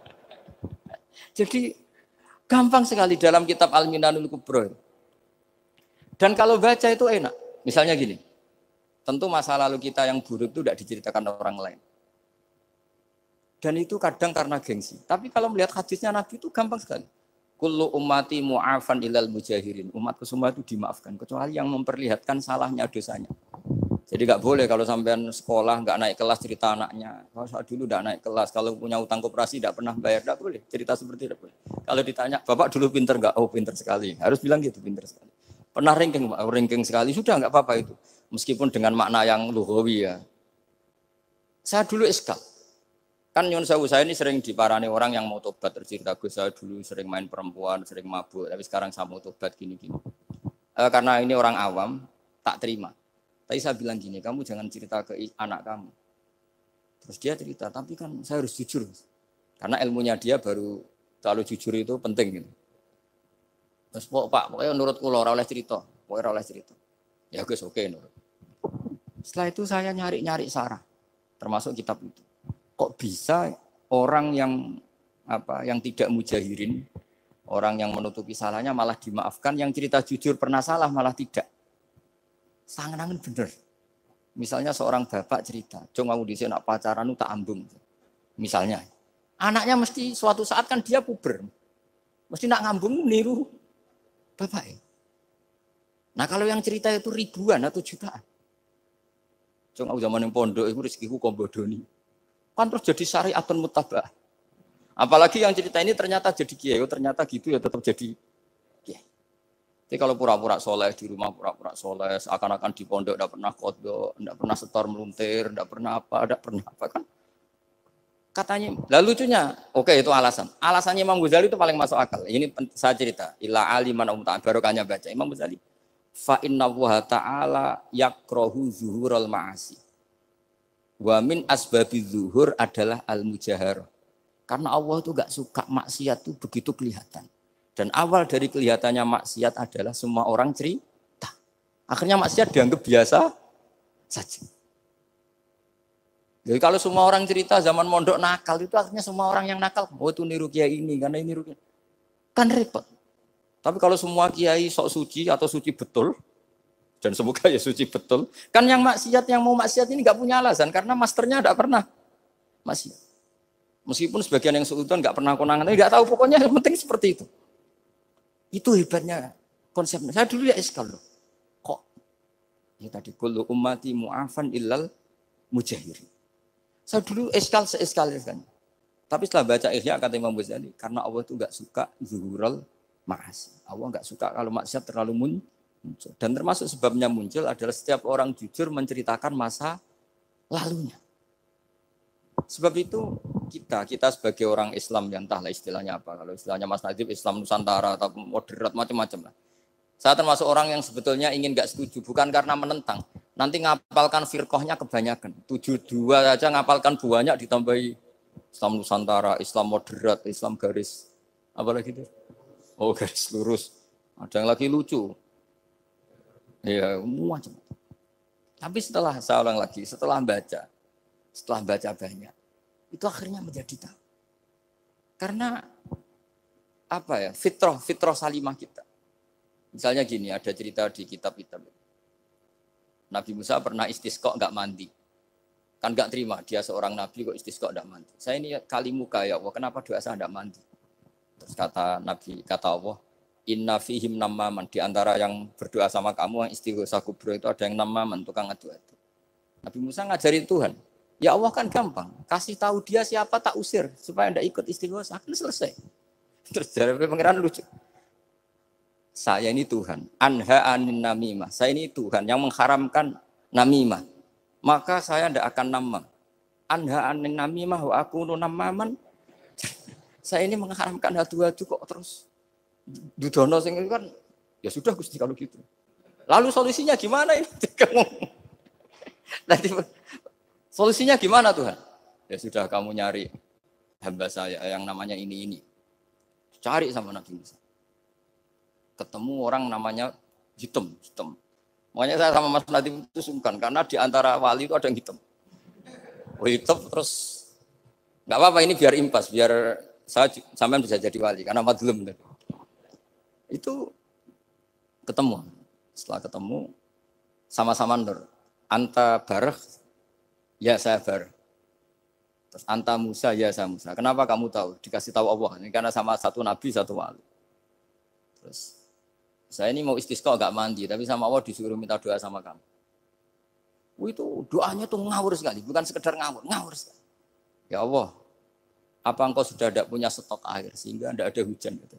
Jadi gampang sekali dalam kitab Al-Minanul Kubra. Dan kalau baca itu enak. Misalnya gini. Tentu masa lalu kita yang buruk itu tidak diceritakan orang lain. Dan itu kadang karena gengsi. Tapi kalau melihat hadisnya Nabi itu gampang sekali. Kullu ummati mu'afan ilal mujahirin. Umatku semua itu dimaafkan kecuali yang memperlihatkan salahnya dosanya. Jadi nggak boleh kalau sampean sekolah nggak naik kelas cerita anaknya. Kalau saat dulu nggak naik kelas, kalau punya utang koperasi nggak pernah bayar, nggak boleh cerita seperti itu. Kalau ditanya, bapak dulu pinter nggak? Oh pinter sekali. Harus bilang gitu, pinter sekali. Pernah ranking sekali, sudah nggak apa-apa itu. Meskipun dengan makna yang lughawi ya. Saya dulu iskal. Kan nyun sewu saya ini sering diparani orang yang mau tobat, tercerita Gus saya dulu sering main perempuan, sering mabuk, tapi sekarang saya mau tobat gini-gini. Karena ini orang awam, tak terima. Tapi saya bilang gini, kamu jangan cerita ke anak kamu. Terus dia cerita, tapi kan saya harus jujur. Karena ilmunya dia baru terlalu jujur itu penting. Gitu. Terus Pak, pokoknya menurut kula ora oleh cerita. Pokoknya ora oleh cerita. Ya Gus, oke nurut. Setelah itu saya nyari-nyari sarah. Termasuk kitab itu. Kok bisa orang yang tidak mujahirin, orang yang menutupi salahnya malah dimaafkan, yang cerita jujur pernah salah malah tidak. Sangat bener. Misalnya seorang bapak cerita, "Cung aku dhisik nak pacaran tak ambung." Misalnya, anaknya mesti suatu saat kan dia puber. Mesti nak ngambung niru bapak. Nah, kalau yang cerita itu ribuan atau jutaan. Cung aku zaman yang pondok iku rezekiku kombodoni. Kan terus jadi syariatun muttaba'ah. Apalagi yang cerita ini ternyata jadi kiai, ternyata gitu ya tetap jadi kiai. Jadi kalau pura-pura soleh di rumah pura-pura soleh, seakan-akan di pondok tidak pernah kodok, tidak pernah setor meluntir, tidak pernah apa kan? Katanya, lalu lucunya, oke itu alasan. Alasannya Imam Ghazali itu paling masuk akal. Ini saya cerita, illa aliman barokahnya baca Imam Ghazali. Fa inna Allaha ta'ala yakrahu zuhurul ma'asi. Wa min asbabi zuhur adalah al-mujaharah. Karena Allah itu enggak suka maksiat itu begitu kelihatan. Dan awal dari kelihatannya maksiat adalah semua orang cerita. Akhirnya maksiat dianggap biasa saja. Jadi kalau semua orang cerita zaman mondok nakal itu akhirnya semua orang yang nakal. Oh itu niru kiai ini karena ini niru kiai. Kan repot. Tapi kalau semua kiai sok suci atau suci betul, dan semoga ya suci betul, kan yang maksiat yang mau maksiat ini nggak punya alasan karena masternya nggak pernah maksiat. Meskipun sebagian yang sultan nggak pernah konangan, nggak tahu pokoknya yang penting seperti itu. Itu hebatnya konsepnya. Saya dulu ya iskal loh. Kok? Ya tadi kullu ummati mu'afan illal mujahirin. Saya dulu iskal seiskal. Tapi setelah baca Ihya kata Imam Ghazali, karena Allah itu enggak suka zuhurul ma'asi. Allah enggak suka kalau maksiat terlalu muncul. Dan termasuk sebabnya muncul adalah setiap orang jujur menceritakan masa lalunya. Sebab itu kita sebagai orang Islam yang entahlah istilahnya apa. Kalau istilahnya Mas Najib Islam Nusantara atau moderat macam-macam lah. Saya termasuk orang yang sebetulnya ingin nggak setuju, bukan karena menentang. Nanti ngapalkan firqahnya kebanyakan. 72 aja ngapalkan banyak ditambahi Islam Nusantara, Islam moderat, Islam garis apa lagi itu? Oh, garis lurus. Ada yang lagi lucu. Ya, macam. Tapi saya ulang lagi, setelah baca banyak, itu akhirnya menjadi tahu. Karena apa ya? Fitrah salimah kita. Misalnya gini, ada cerita di kitab-kitab. Nabi Musa pernah istisqa enggak mandi. Kan enggak terima, dia seorang nabi kok istisqa enggak mandi. Saya ini kali muka ya Allah, kenapa doa saya enggak mandi? Terus kata Allah, inna fihim namaman, di antara yang berdoa sama kamu yang istighosa kubro itu ada yang namaman, tukang adu-adu. Nabi Musa ngajarin Tuhan, ya Allah kan gampang, kasih tahu dia siapa tak usir supaya ndak ikut istighosa, kan selesai. Terus dari pangeran lucu. Saya ini Tuhan, anha anin namimah. Saya ini Tuhan yang mengharamkan namimah. Maka saya ndak akan namam. Anha anin namimah wa akunu namaman. Saya ini mengharamkan adu-adu kok terus dudono sing kan ya sudah Gusti kalau gitu. Lalu solusinya gimana ini? Nanti solusinya gimana Tuhan? Ya sudah kamu nyari hamba saya yang namanya ini. Cari sama Nabi Musa. Ketemu orang namanya hitam. Makanya saya sama Mas Nadiem itu sungkan karena di antara wali itu ada yang hitam. Oh, hitam terus nggak apa-apa ini biar impas, biar saya sampean bisa jadi wali karena madlum. Itu ketemu. Setelah ketemu sama-sama nur. Anta barah, ya saya barah. Terus anta Musa, ya saya Musa. Kenapa kamu tahu? Dikasih tahu Allah. Ini karena sama satu nabi, satu wali. Terus saya ini mau istisqa enggak mandi, tapi sama Allah disuruh minta doa sama kamu. Itu doanya tuh ngawur sekali, bukan sekedar ngawur sekali. Ya Allah, apa engkau sudah tidak punya stok air sehingga tidak ada hujan gitu.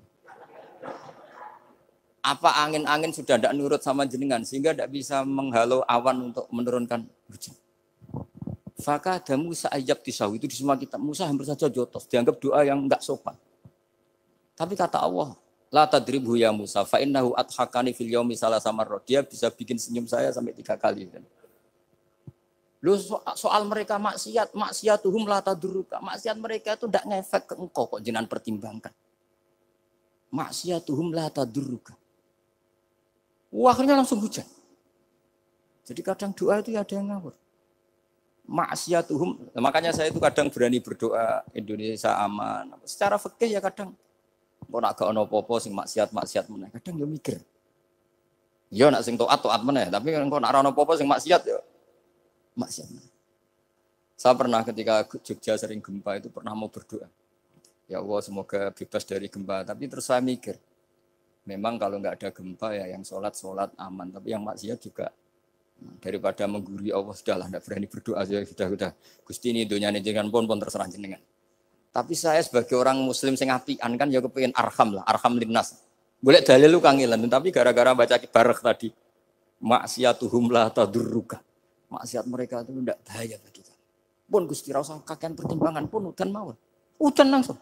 Apa angin-angin sudah tidak nurut sama jenengan sehingga tidak bisa menghalau awan untuk menurunkan hujan. Faka ada Musa ayab tisawi itu di semua kitab. Musa hampir saja jotos, dianggap doa yang enggak sopan. Tapi kata Allah, la tadribhu ya Musa fa innahu adhakani fil yaumi salasa marrat. Dia bisa bikin senyum saya sampai 3 kali. Lu soal mereka maksiatuhum la tadurruka. Maksiat mereka itu enggak ngefek ke engkau kok jenengan pertimbangkan. Maksiatuhum la tadurruka. Akhirnya langsung hujan. Jadi kadang doa itu ada yang ngawur. Maksiatuhum, makanya saya itu kadang berani berdoa Indonesia aman. Secara fikih ya kadang kok nak gak ono apa-apa sing maksiat meneh. Kadang yo mikir. Ya nak sing taat meneh, tapi kok nak ora ono apa-apa sing maksiat ya maksiat. Saya pernah ketika Jogja sering gempa itu pernah mau berdoa. Ya Allah semoga bebas dari gempa, tapi terus saya mikir. Memang kalau nggak ada gempa ya yang sholat aman, tapi yang maksiat juga daripada menggurui Allah sudahlah nggak berani berdoa aja sudah Gusti ini dunyane jenengan pun terserah jenengan. Tapi saya sebagai orang muslim sing apian kan ya kepengin arham linnas. Boleh dalil lu kangelan, tapi gara-gara baca barak tadi maksiatuhum la tadurruka. Maksiat mereka itu tidak bahaya bagi kita. Pun Gusti ra usah kakean pertimbangan pun udan mawon. Udan langsung.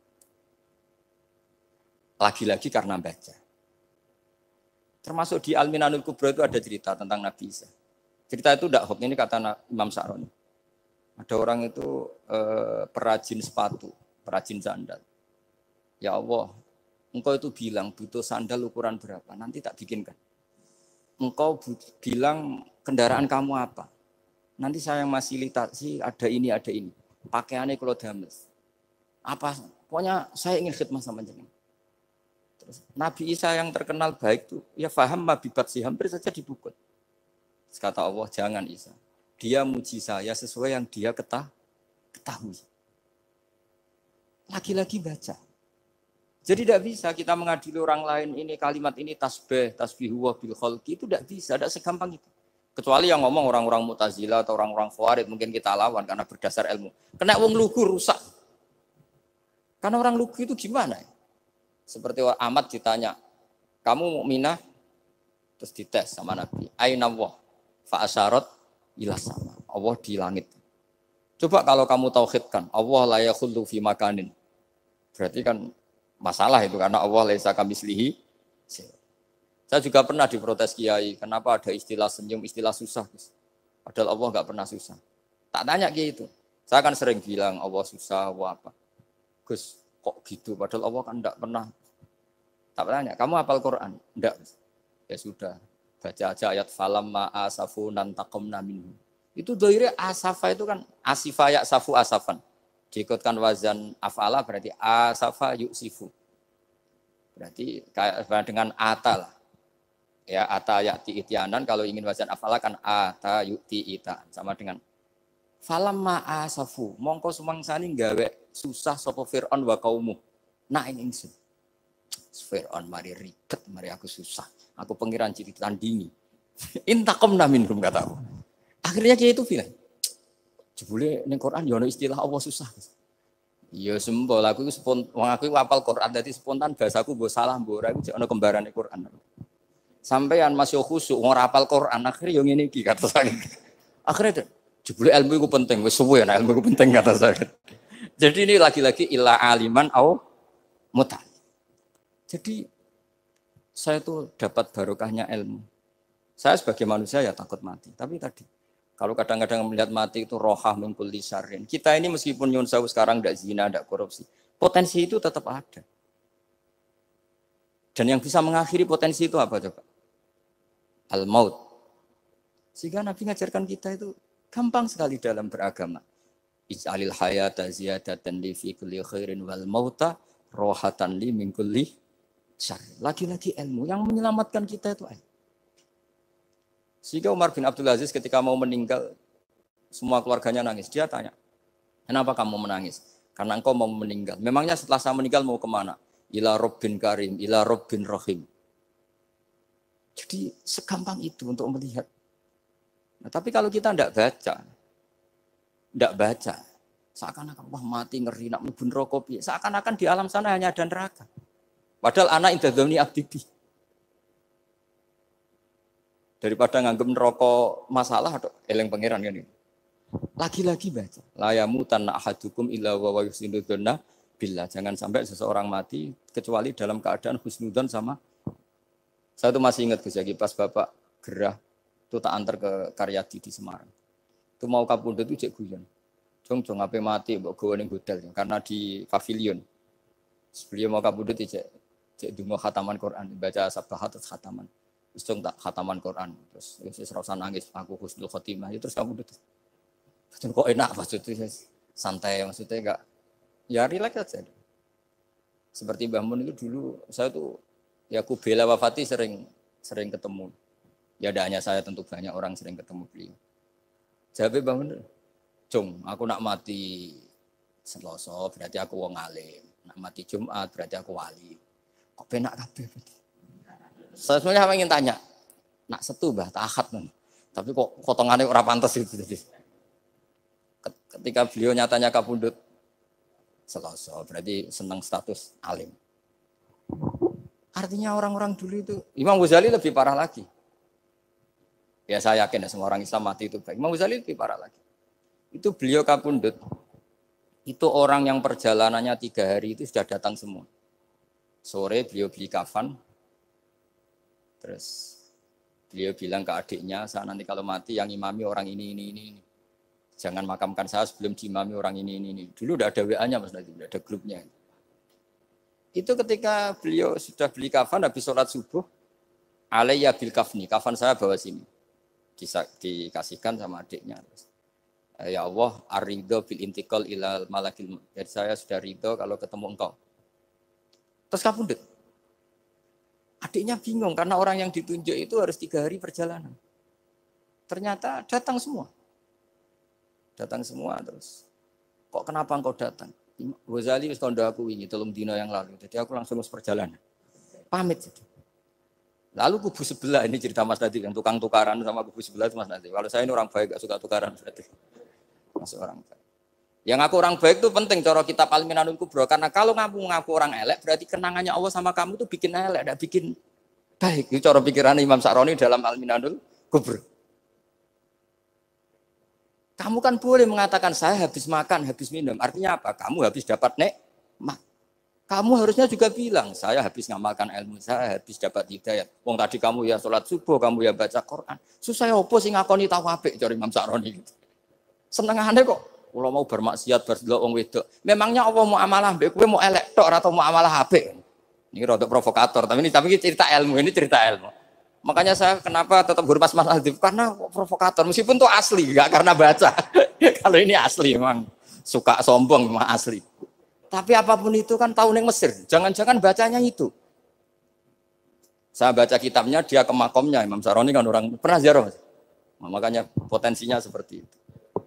Lagi-lagi karena baca. Termasuk di Al-Minanul Kubra itu ada cerita tentang Nabi Isa. Cerita itu tidak hoax, ini kata Imam Sa'roni. Ada orang itu perajin sepatu, perajin sandal. Ya Allah, engkau itu bilang butuh sandal ukuran berapa, nanti tak bikinkan. Engkau bilang kendaraan kamu apa, nanti saya yang fasilitasi ada ini. Pakaiannya kalau dames. Apa, pokoknya saya ingin khidmah sama jenengan. Nabi Isa yang terkenal baik itu ya faham mabibat sih hampir saja dipukul. Kata Allah jangan Isa. Dia muji saya sesuai yang dia ketahui. Lagi-lagi baca. Jadi tidak bisa kita mengadili orang lain ini kalimat ini tasbihu wa bil khalqi itu tidak bisa, tidak segampang itu. Kecuali yang ngomong orang-orang Mu'tazilah atau orang-orang Khawarij mungkin kita lawan karena berdasar ilmu. Kena wong lugu rusak. Karena orang lugu itu gimana ya? Seperti Ahmad ditanya, kamu mukminah? Terus dites sama Nabi. Aina Allah? Fa asyarat ila sama. Allah di langit. Coba kalau kamu tauhidkan, Allah la yakhullu fi makanin. Berarti kan masalah itu karena Allah laisa kamitslihi. Saya juga pernah diprotes kiai, kenapa ada istilah senyum, istilah susah. Padahal Allah enggak pernah susah. Tak tanya kiai itu. Saya kan sering bilang Allah susah, Allah apa. Gus, kok gitu? Padahal Allah kan tidak pernah. Tak tanya, kamu hafal Quran? Enggak. Ya sudah, baca aja ayat falam ma'asafu nantakomna minhum. Itu doire asafa itu kan asifa ya safu asafan. Diikutkan wazan afala berarti asafa yuksifu. Berarti kayak dengan ata lah. Ya ata ya'ti ityanan, kalau ingin wazan afala kan ata yu'ti ita. Sama dengan falam ma'asafu. Mongko sumangsani gawe susah sapa Fir'aun wa kaumu. Nah ini ingsun. Fir'aun mari ribet, mari aku susah. Aku pengiran ciri tandingi. Intakomna minhum kata aku. Akhirnya dia itu bilang, jebule ning Quran ya ono istilah Allah susah. Ya sembol aku iku wong aku hafal Quran dadi spontan bahasaku mbok salah mbok ora iku jek ono kembarane Quran. Sampeyan masih khusuk ora hafal Quran akhirnya yo ngene iki kata saya. Akhirnya jebule ilmu iku penting wis suwe nek ilmu iku penting kata saya. Jadi ini lagi-lagi illa aliman au mutal. Jadi saya tuh dapat barokahnya ilmu. Saya sebagai manusia ya takut mati, tapi tadi kalau kadang-kadang melihat mati itu rohah min kulli syarrin. Kita ini meskipun nyun sewu sekarang tidak zina, tidak korupsi, potensi itu tetap ada. Dan yang bisa mengakhiri potensi itu apa coba? Al-maut. Sehingga Nabi ngajarkan kita itu gampang sekali dalam beragama. Ij'alil hayata ziyadatan li fi kulli khairin wal mauta rohatan li min kulli syarrin. Lagi-lagi ilmu yang menyelamatkan kita itu ilmu. Sehingga Umar bin Abdul Aziz ketika mau meninggal, semua keluarganya nangis. Dia tanya, kenapa kamu menangis? Karena engkau mau meninggal. Memangnya setelah saya meninggal mau kemana? Ila Rabbin Karim, ila Rabbin Rahim. Jadi segampang itu untuk melihat. Nah, tapi kalau kita tidak baca, seakan-akan wah mati ngeri, nak mlebu neraka piye. Seakan-akan di alam sana hanya ada neraka. Padahal anak indah dzamni abdi. Daripada nganggep neraka masalah atau eleng pangeran kan ini. Lagi-lagi baca. La yamutanna ahadukum illa wa yuhsinudzanna billah. Jangan sampai seseorang mati kecuali dalam keadaan husnudzon sama. Saya tuh masih ingat Gus Yaki pas Bapak gerah itu tak antar ke Karyadi di Semarang. Itu mau kapundhut itu cek guyon. Jong ape mati mbok gowo ning hotel karena di pavilion. Sebelum mau kapundhut cek donga khataman Quran, baca sabbahat terus khataman. Terus tak khataman Quran, terus serasa nangis, aku husnul khotimah, ya terus kamu tuh, kok enak maksudnya, santai maksudnya enggak, ya relax aja. Seperti Mbah Mun itu dulu, saya tuh, ya aku bela wafati sering ketemu, ya ada hanya saya tentu banyak orang sering ketemu beliau. Jawabnya Mbah Mun, Jong, aku nak mati Selasa berarti aku wong alim, nak mati Jumat berarti aku wali, kok penak kabeh berarti. Saya sebenarnya ingin tanya, nak setu bah tahat nih, tapi kok potongannya ora pantas itu. Ketika beliau nyatanya kapundhut Selasa, berarti senang status alim. Artinya orang-orang dulu itu, Imam Ghazali lebih parah lagi. Ya saya yakin ya semua orang Islam mati itu baik. Imam Ghazali lebih parah lagi. Itu beliau kapundhut, itu orang yang perjalanannya 3 hari itu sudah datang semua. Sore beliau beli kafan. Terus beliau bilang ke adiknya, saya nanti kalau mati yang imami orang ini. Jangan makamkan saya sebelum diimami orang ini. Dulu udah ada WA-nya Mas Nabi, udah ada grupnya. Itu ketika beliau sudah beli kafan, habis sholat subuh, alayya bil kafni, kafan saya bawa sini. Dikasihkan sama adiknya. Ya Allah, ar-ridho bil intiqal ilal malakil. Jadi saya sudah ridho kalau ketemu engkau. Terus kapundhut. Adiknya bingung karena orang yang ditunjuk itu harus 3 hari perjalanan. Ternyata datang semua. Terus. Kok kenapa engkau datang? Ghazali wis kandha aku wingi 3 dina yang lalu. Jadi aku langsung perjalanan. Pamit. Lalu kubu sebelah ini cerita Mas Nadi yang tukang tukaran sama kubu sebelah itu Mas Nadi. Kalau saya ini orang baik gak suka tukaran berarti. Masuk orang baik. Yang aku orang baik itu penting cara kitab Al-Minanul Kubra karena kalau ngaku orang elek berarti kenangannya Allah sama kamu itu bikin elek, tidak bikin baik. Itu cara pikiran Imam Sa'roni dalam Al-Minanul Kubra. Kamu kan boleh mengatakan saya habis makan, habis minum. Artinya apa? Kamu habis dapat nikmat. Kamu harusnya juga bilang saya habis ngamalkan ilmu, saya habis dapat hidayah. Wong tadi kamu ya sholat subuh, kamu ya baca Quran. Susah opo sing ngakoni tahu apik cara Imam Sa'roni gitu. Senengane kok Kalau mau bermaksiat berdelok wong wedok. Memangnya Allah mau amalah mbek kowe mau elek tok atau mau amalah apik? Ini rada provokator, tapi ini cerita ilmu, ini cerita ilmu. Makanya saya kenapa tetap hormat Mas Adib karena provokator meskipun itu asli, enggak karena baca. Kalau ini asli memang suka sombong memang asli. Tapi apapun itu kan tahun yang Mesir. Jangan-jangan bacanya itu. Saya baca kitabnya, dia ke makomnya Imam Saroni kan orang pernah ziarah. Nah, makanya potensinya seperti itu.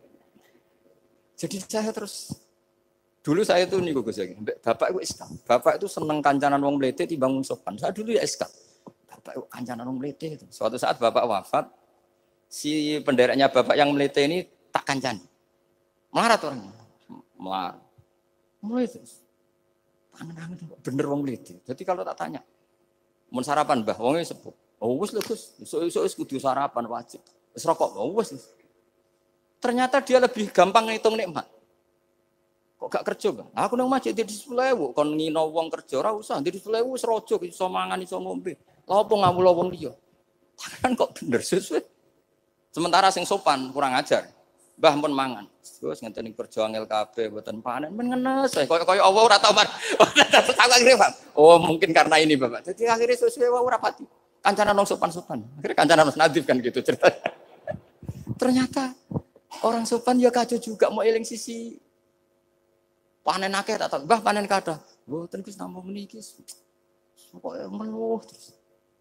Jadi saya terus dulu saya itu nih Gus Bapak itu Islam. Bapak itu seneng kancanan wong mlete timbang wong sopan. Saya dulu ya Islam. Bapak itu kancanan wong mlete itu. Suatu saat Bapak wafat, si pendereknya Bapak yang mlete ini tak kancani. Melarat orangnya. Melarat. Mulai terus. Tangan-tangan bener wong mlete. Jadi kalau tak tanya, mun sarapan Mbah, wonge sepuh. Oh wis lho Gus, esuk-esuk wis kudu sarapan wajib. Wis rokok, oh wis. Ternyata dia lebih gampang ngitung nikmat. Kok gak kerja, Bang? Aku nang masjid di 10.000, kon ngino wong kerja ora usah, di 10.000 wis rojo iso mangan iso ngombe. Lha opo ngawula wong liya? Kan kok bener sesuai. Sementara sing sopan kurang ajar. Mbah pun mangan. Terus ngenteni kerja angel kabeh mboten panen men ngenes. Kaya Allah ora tau mar. Oh, mungkin karena ini, Bapak. Jadi akhirnya sesuai wae ora pati. Kancanan wong sopan-sopan. Akhirnya kancanan Mas Nadif kan gitu ceritanya. Ternyata orang sopan ya kacau juga mau eling sisi panen akeh tak tahu. Mbah panen kathah. Mboten Gus namung meniki. Pokoke meluh terus.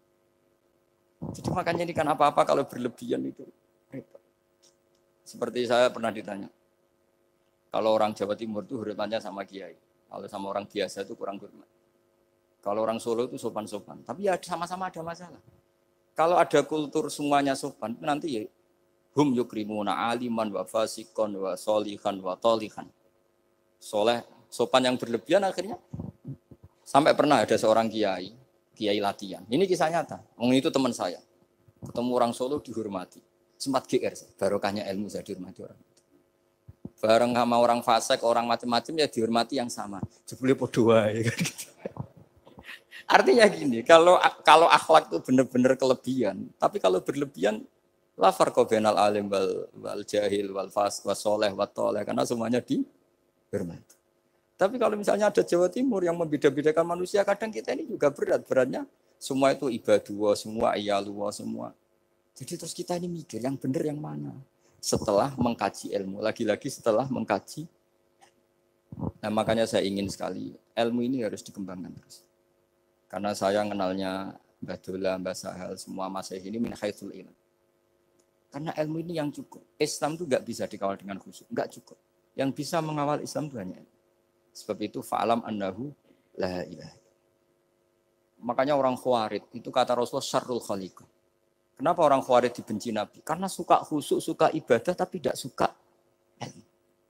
Jadi makanya ini kan apa-apa kalau berlebihan itu repot. Seperti saya pernah ditanya. Kalau orang Jawa Timur itu hormatnya sama kiai. Kalau sama orang biasa itu kurang hormat. Kalau orang Solo itu sopan-sopan. Tapi ya sama-sama ada masalah. Kalau ada kultur semuanya sopan, nanti ya hum yukrimuna aliman wa fasikon wa solihan wa tolihan. Soleh, sopan yang berlebihan akhirnya sampai pernah ada seorang kiai latihan. Ini kisah nyata. Itu teman saya. Ketemu orang Solo dihormati. Sempat GR, barokahnya ilmu saya dihormati orang. Bareng sama orang fasik, orang macam-macam ya dihormati yang sama. Jebule padha wae kan gitu. Artinya gini, kalau akhlak itu benar-benar kelebihan, tapi kalau berlebihan la farqa bainal alim wal jahil wal fas wasoleh wat toleh karena semuanya dihormati. Tapi kalau misalnya ada Jawa Timur yang membeda-bedakan manusia, kadang kita ini juga beratnya semua itu ibadullah, semua iyalullah, semua. Jadi terus kita ini mikir yang benar yang mana? Setelah mengkaji ilmu, lagi-lagi setelah mengkaji. Nah makanya saya ingin sekali ilmu ini harus dikembangkan terus. Karena saya kenalnya Mbah Dola, Mbah Sahal, semua Masehi ini min haitsul ilm. Karena ilmu ini yang cukup. Islam itu enggak bisa dikawal dengan khusyuk, enggak cukup. Yang bisa mengawal Islam itu hanya ilmu. Sebab itu fa'alam annahu la ilaha. Makanya orang Khawarij itu kata Rasulullah syarrul khaliqah. Kenapa orang Khawarij dibenci Nabi? Karena suka khusyuk, suka ibadah tapi tidak suka ilmu.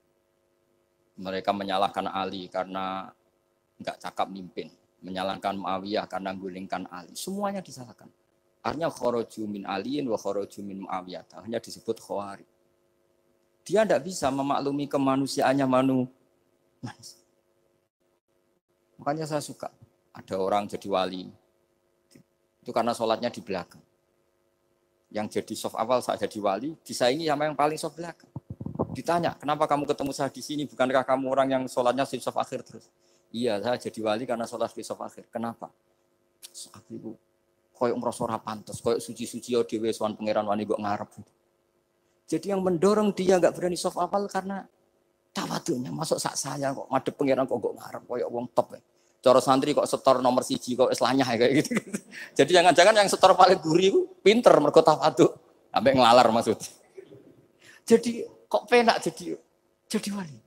Mereka menyalahkan Ali karena enggak cakap mimpin, menyalahkan Muawiyah karena gulingkan Ali. Semuanya disalahkan. Artinya kharaju min aliyin wa kharaju min Muawiyah. Hanya disebut Khawarij. Dia tidak bisa memaklumi kemanusiaannya manusia. Makanya saya suka ada orang jadi wali. Itu karena sholatnya di belakang. Yang jadi soft awal saat jadi wali, disaingi sama yang paling soft belakang. Ditanya, kenapa kamu ketemu saya di sini? Bukankah kamu orang yang sholatnya di soft akhir terus? Iya, saya jadi wali karena sholat di soft akhir. Kenapa? Aku itu koyok merasa ora pantes, koyok suci-suci ya dhewe sowan pangeran wani kok ngarep. Jadi yang mendorong dia enggak berani soft awal karena tawadhunya. Masuk sak saya kok ngadep pangeran kok ngarep koyok wong top. Cara santri kok setor nomor 1 kok wis lanyah kayak gitu. Jadi jangan-jangan yang setor paling guri itu pinter mergo tawadhu. Sampai ngelalar maksud. Jadi kok penak jadi wali.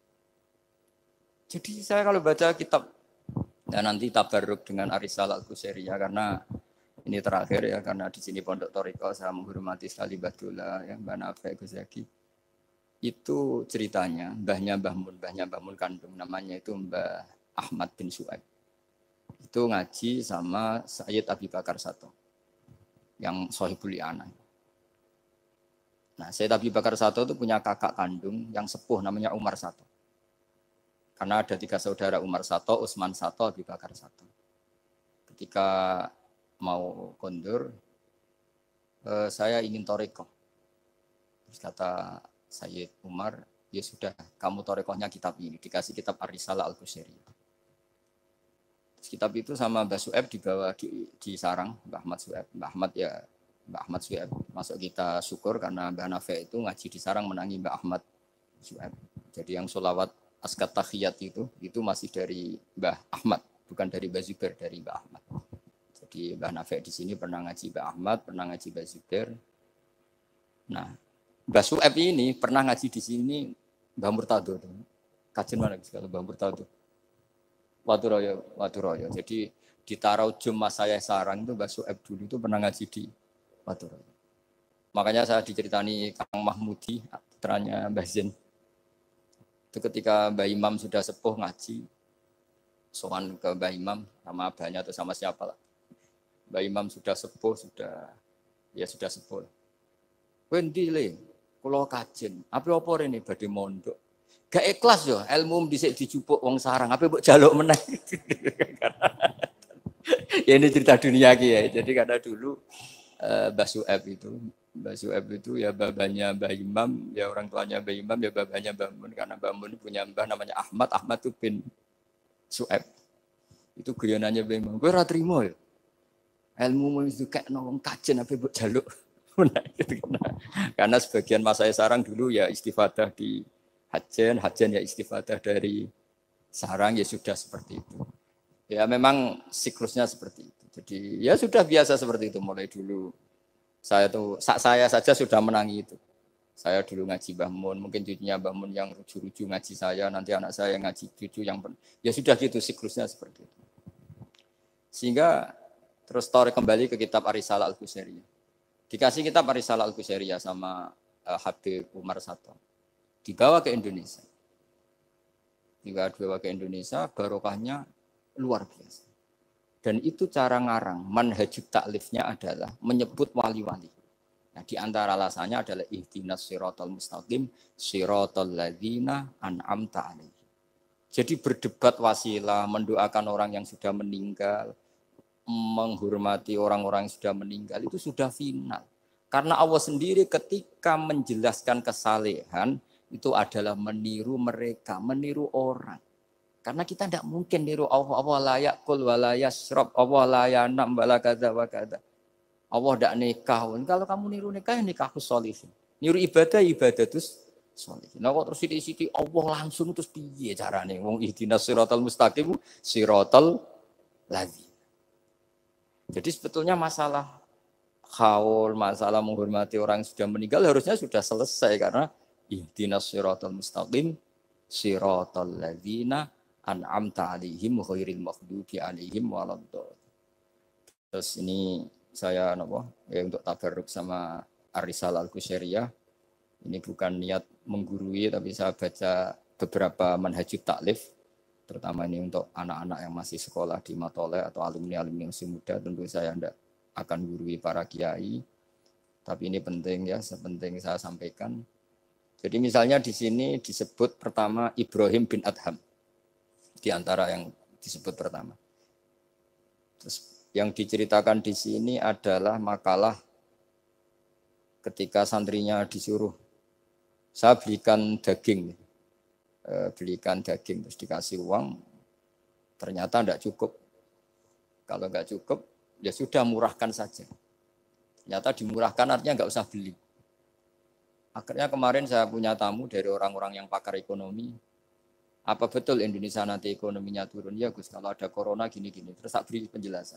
Jadi saya kalau baca kitab dan nanti tabarruk dengan Arisalah Al-Qusairiyah karena ini terakhir ya karena di sini Pondok Thariqah saya menghormati sekali Mbah Dola ya Mbah Nafi Gus Zaki. Itu ceritanya mbahnya Mbah Mun kandung namanya itu Mbah Ahmad bin Su'aib. Itu ngaji sama Sayyid Abi Bakar Sato yang Sohibul Li'anah. Nah, Sayyid Abi Bakar Sato itu punya kakak kandung yang sepuh namanya Umar Sato. Karena ada 3 saudara Umar Sato, Utsman Sato, Abi Bakar Sato. Ketika mau kondur, saya ingin thariqah. Terus kata Sayyid Umar, Ya sudah, kamu torekohnya kitab ini. Dikasih kitab Ar-Risalah Al-Qusairiyah. Kitab itu sama Mbah Su'eb dibawa di sarang Mbah Ahmad Su'eb. Mbah Ahmad Su'eb. Masuk kita syukur karena Mbah Nafi itu ngaji di sarang menangi Mbah Ahmad Su'eb. Jadi yang sholawat askat tahiyat itu masih dari Mbah Ahmad, bukan dari Mbah Zubair, dari Mbah Ahmad. Jadi Mbah Nafi di sini pernah ngaji Mbah Ahmad, pernah ngaji Mbah Zubair. Nah, Mbah Su'eb ini pernah ngaji di sini Mbah Murtado. Kajian mana kalau Mbah Murtado? Waturoyo. Jadi di Taraujum Mas saya sarang itu Mbah Su'eb dulu itu pernah ngaji di Waturoyo. Makanya saya diceritani Kang Mahmudi, putranya Mbah Zain. Itu ketika Mbah Imam sudah sepuh ngaji, sowan ke Mbah Imam sama abahnya atau sama siapa lah. Mbah Imam sudah sepuh, sudah sepuh. Wendi le, kula kajen. Apa rene badhe mondok. Gak ikhlas yo, ilmu dhisik dijupuk wong sarang, apa mbok jaluk meneh. Ya ini cerita dunia ki ya. Jadi karena dulu Mbah Su'eb itu ya babanya Mbah Imam, ya orang tuanya Mbah Imam, ya babanya Mbah Mun. Karena Mbah Mun punya mbah namanya Ahmad itu bin Su'eb. Itu guyonannya Mbah Imam. Kowe ora trimo ya. Ilmu itu kayak wong kajen apa mbok jaluk. Karena sebagian masa saya sarang dulu ya istifadah di hajen ya istifadah dari sarang ya sudah seperti itu. Ya memang siklusnya seperti itu. Jadi ya sudah biasa seperti itu mulai dulu. Saya saja sudah menangi itu. Saya dulu ngaji Mbah Mun, mungkin cucunya Mbah Mun yang ruju-ruju ngaji saya, nanti anak saya yang ngaji cucu yang ya sudah gitu siklusnya seperti itu. Sehingga terus tarik kembali ke kitab Ar-Risalah Al-Qusairiyah. Dikasih kitab Ar-Risalah Al-Qusairiyah sama Habib Umar Sato. Dibawa ke Indonesia. Dibawa ke Indonesia, barokahnya luar biasa. Dan itu cara ngarang, manhajut taklifnya adalah menyebut wali-wali. Nah, di antara alasannya adalah ihdinas siratal mustaqim, siratal ladzina an'amta alaihim. Jadi berdebat wasilah, mendoakan orang yang sudah meninggal, menghormati orang-orang yang sudah meninggal itu sudah final. Karena Allah sendiri ketika menjelaskan kesalehan itu adalah meniru mereka, meniru orang. Karena kita tidak mungkin niru Allah la yakul wa la yashrab, Allah la yanam wa la kadza wa kadza. Allah tidak nikah. Kalau kamu niru nikah, ya nikahus sholihin. Niru ibadah terus sholihin. Nah kok terus sithik-sithik Allah langsung terus piye carane? Wong ihdinas siratal mustaqim, siratal ladzina. Jadi sebetulnya masalah haul, masalah menghormati orang yang sudah meninggal harusnya sudah selesai karena ihdinas siratal mustaqim siratal ladzina an'amta 'alaihim ghairil maghdubi 'alaihim waladdallin. Terus ini saya untuk tabarruk sama Ar-Risalah Al-Qusairiyah. Ini bukan niat menggurui tapi saya baca beberapa manhajut taklif. Terutama ini untuk anak-anak yang masih sekolah di Matole atau alumni-alumni yang masih muda, tentu saya tidak akan gurui para kiai. Tapi ini penting ya, sepenting saya sampaikan. Jadi misalnya di sini disebut pertama Ibrahim bin Adham. Di antara yang disebut pertama. Terus yang diceritakan di sini adalah makalah ketika santrinya disuruh, saya belikan daging terus dikasih uang, ternyata tidak cukup. Kalau nggak cukup, ya sudah murahkan saja. Ternyata dimurahkan artinya nggak usah beli. Akhirnya kemarin saya punya tamu dari orang-orang yang pakar ekonomi. Apa betul Indonesia nanti ekonominya turun? Ya Gus, kalau ada corona gini-gini. Terus saya beri penjelasan.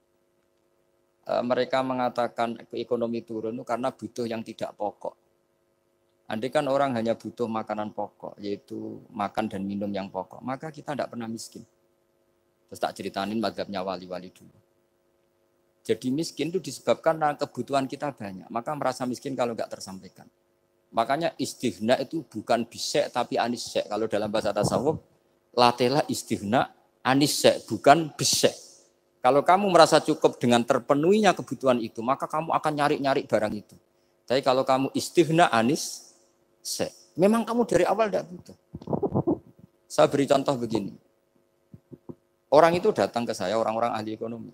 Mereka mengatakan ekonomi turun karena butuh yang tidak pokok. Andai kan orang hanya butuh makanan pokok, yaitu makan dan minum yang pokok, maka kita tidak pernah miskin. Terus tak ceritainin mazhabnya wali-wali dulu. Jadi miskin itu disebabkan karena kebutuhan kita banyak, maka merasa miskin kalau nggak tersampaikan. Makanya istighna itu bukan bisek tapi anisek. Kalau dalam bahasa tasawuf, latela istighna anisek, bukan bisek. Kalau kamu merasa cukup dengan terpenuhinya kebutuhan itu, maka kamu akan nyari-nyari barang itu. Tapi kalau kamu istighna anis, memang kamu dari awal tidak butuh. Saya beri contoh begini. Orang itu datang ke saya, orang-orang ahli ekonomi.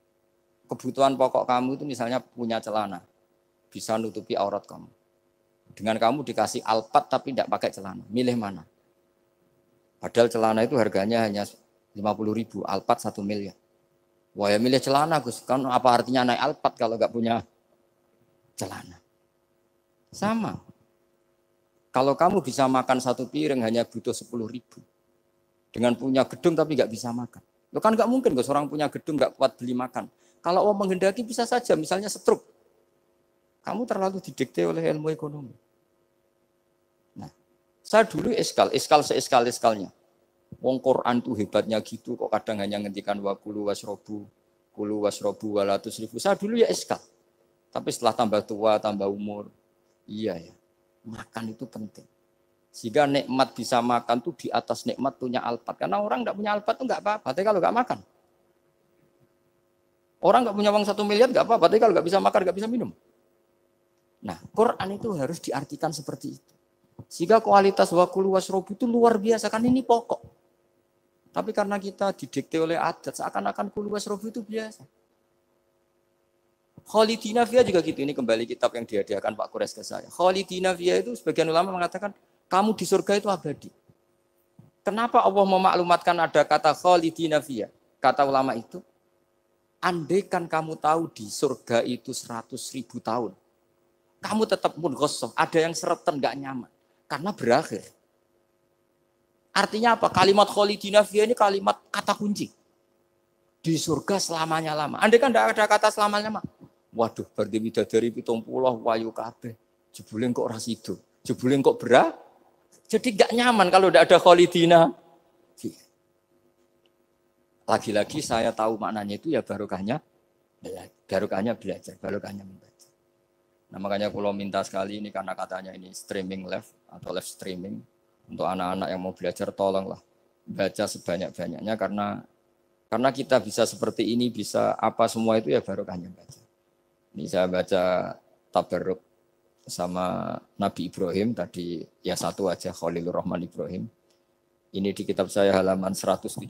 Kebutuhan pokok kamu itu misalnya punya celana, bisa nutupi aurat kamu. Dengan kamu dikasih Alphard tapi tidak pakai celana. Milih mana? Padahal celana itu harganya hanya 50.000, Alphard 1 miliar. Wah ya milih celana Gus, kan apa artinya naik Alphard kalau nggak punya celana? Sama. Kalau kamu bisa makan satu piring hanya butuh 10.000. Dengan punya gedung tapi nggak bisa makan. Lo kan nggak mungkin Gus, orang punya gedung nggak kuat beli makan. Kalau Allah menghendaki bisa saja, misalnya stroke. Kamu terlalu didikte oleh ilmu ekonomi. Nah, saya dulu iskal seeskal-eskalnya. Wong Quran tuh hebatnya gitu, kok kadang hanya ngendikan wa kulu wasrobu walatus ribu. Saya dulu ya iskal. Tapi setelah tambah tua, tambah umur, iya ya, makan itu penting. Sehingga nikmat bisa makan tuh di atas nikmat punya Alphard. Karena orang nggak punya Alphard tuh nggak apa-apa, tapi kalau nggak makan. Orang nggak punya uang 1 miliar nggak apa-apa, tapi kalau nggak bisa makan, nggak bisa minum. Nah, Quran itu harus diartikan seperti itu. Sehingga kualitas wa kulu wasrobu itu luar biasa, kan ini pokok. Tapi karena kita didikte oleh adat, seakan-akan kulu wasrobu itu biasa. Khalidina Fiyah juga gitu, ini kembali kitab yang dihadiahkan Pak Kures ke saya. Khalidina Fiyah itu sebagian ulama mengatakan, kamu di surga itu abadi. Kenapa Allah memaklumatkan ada kata Khalidina Fiyah? Kata ulama itu, andaikan kamu tahu di surga itu 100.000 tahun, kamu tetap munghossoh, ada yang seretan, gak nyaman. Karena berakhir. Artinya apa? Kalimat Khalidina Fiyah ini kalimat kata kunci. Di surga selamanya lama. Andai kan tidak ada kata selamanya lama. Waduh, berarti bidadari 70 wayu kabeh. Jebule kok ras itu. Jebule kok berat. Jadi gak nyaman kalau tidak ada Khalidina Fiyah. Lagi-lagi saya tahu maknanya itu ya barokahnya belajar, barokahnya membaca. Nah makanya kalau minta sekali ini karena katanya ini streaming live atau live streaming. Untuk anak-anak yang mau belajar tolonglah baca sebanyak-banyaknya karena kita bisa seperti ini, bisa apa semua itu ya barokahnya baca. Ini saya baca Tabarruk sama Nabi Ibrahim tadi ya satu aja Khalilur Rahman Ibrahim. Ini di kitab saya halaman 170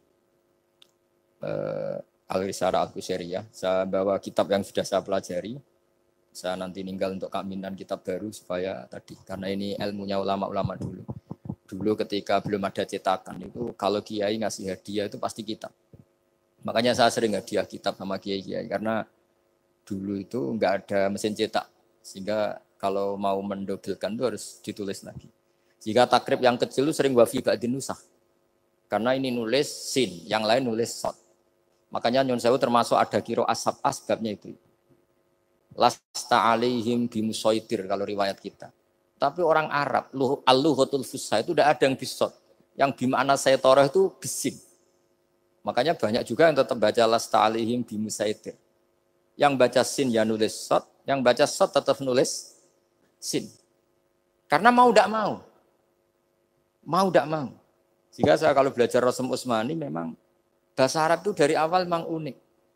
Al-Risarah Al-Qusairiyah. Saya bawa kitab yang sudah saya pelajari. Saya nanti ninggal untuk kaminan kitab baru supaya tadi karena ini ilmunya ulama-ulama dulu. Dulu ketika belum ada cetakan itu kalau kiai ngasih hadiah itu pasti kitab. Makanya saya sering hadiah kitab sama kiai-kiai karena dulu itu enggak ada mesin cetak sehingga kalau mau mendobelkan itu harus ditulis lagi. Jika takrib yang kecil itu sering wafi ba'din nusah. Karena ini nulis sin, yang lain nulis sod. Makanya Nyun Sewu termasuk ada kiro asbabnya itu. Lasta alaihim bimusaitir kalau riwayat kita. Tapi orang Arab, al-lughatul fusha itu tidak ada yang bisot. Yang bimana saytorah itu bisin. Makanya banyak juga yang tetap baca lasta alaihim bimusaitir. Yang baca sin ya nulis sot, yang baca sot tetap nulis sin. Karena mau tidak mau. Mau tidak mau. Jika saya kalau belajar Rasul Utsmani memang bahasa Arab itu dari awal memang unik.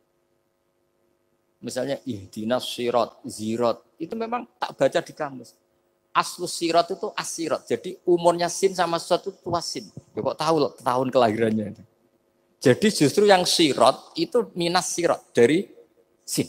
Misalnya ihdinas sirat, zirat, itu memang tak baca di kamus. Aslus sirat itu asirat. Jadi umurnya sin sama sot itu tua sin. Ya kok tahu loh tahun kelahirannya. Jadi justru yang sirat itu minas sirat dari sin.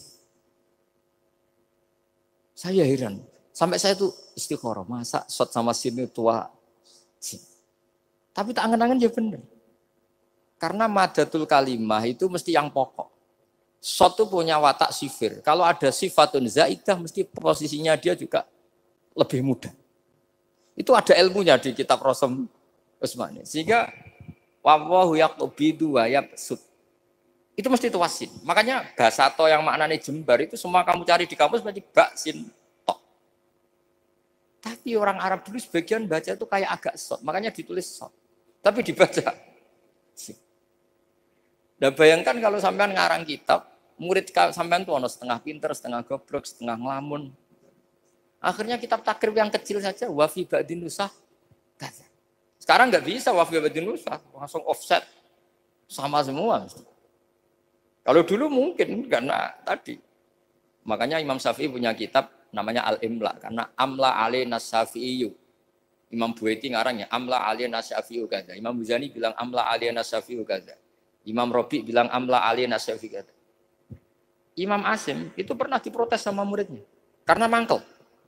Saya heran. Sampai saya tuh istikharah. Masa sot sama sin itu tua sin. Tapi tak angen-angen ya benar. Karena madatul kalimah itu mesti yang pokok. Sot itu punya watak sifir. Kalau ada sifatun zaidah mesti posisinya dia juga lebih mudah. Itu ada ilmunya di kitab Rasul Utsmani. Sehingga wallahu yaqbidu wa yabsut. Itu mesti tuasin. Makanya basato yang maknanya jembar itu semua kamu cari di kampus berarti baksin tok. Tapi orang Arab dulu sebagian baca itu kayak agak sot. Makanya ditulis sot. Tapi dibaca sin. Dan bayangkan kalau sampean ngarang kitab, murid sampean tuh ono setengah pinter, setengah goblok, setengah ngelamun. Akhirnya kitab takrib yang kecil saja wafi ba'din nusah. Sekarang nggak bisa wafi ba'din nusah, langsung offset sama semua. Kalau dulu mungkin karena tadi. Makanya Imam Syafi'i punya kitab namanya Al-Imla karena amla alaina Syafi'i. Imam Buaiti ngarangnya amla alaina Syafi'i kaza. Imam Muzani bilang amla alaina Syafi'i kaza. Imam Rabi bilang amla alaina Syafi'i kaza. Imam Asim itu pernah diprotes sama muridnya karena mangkel.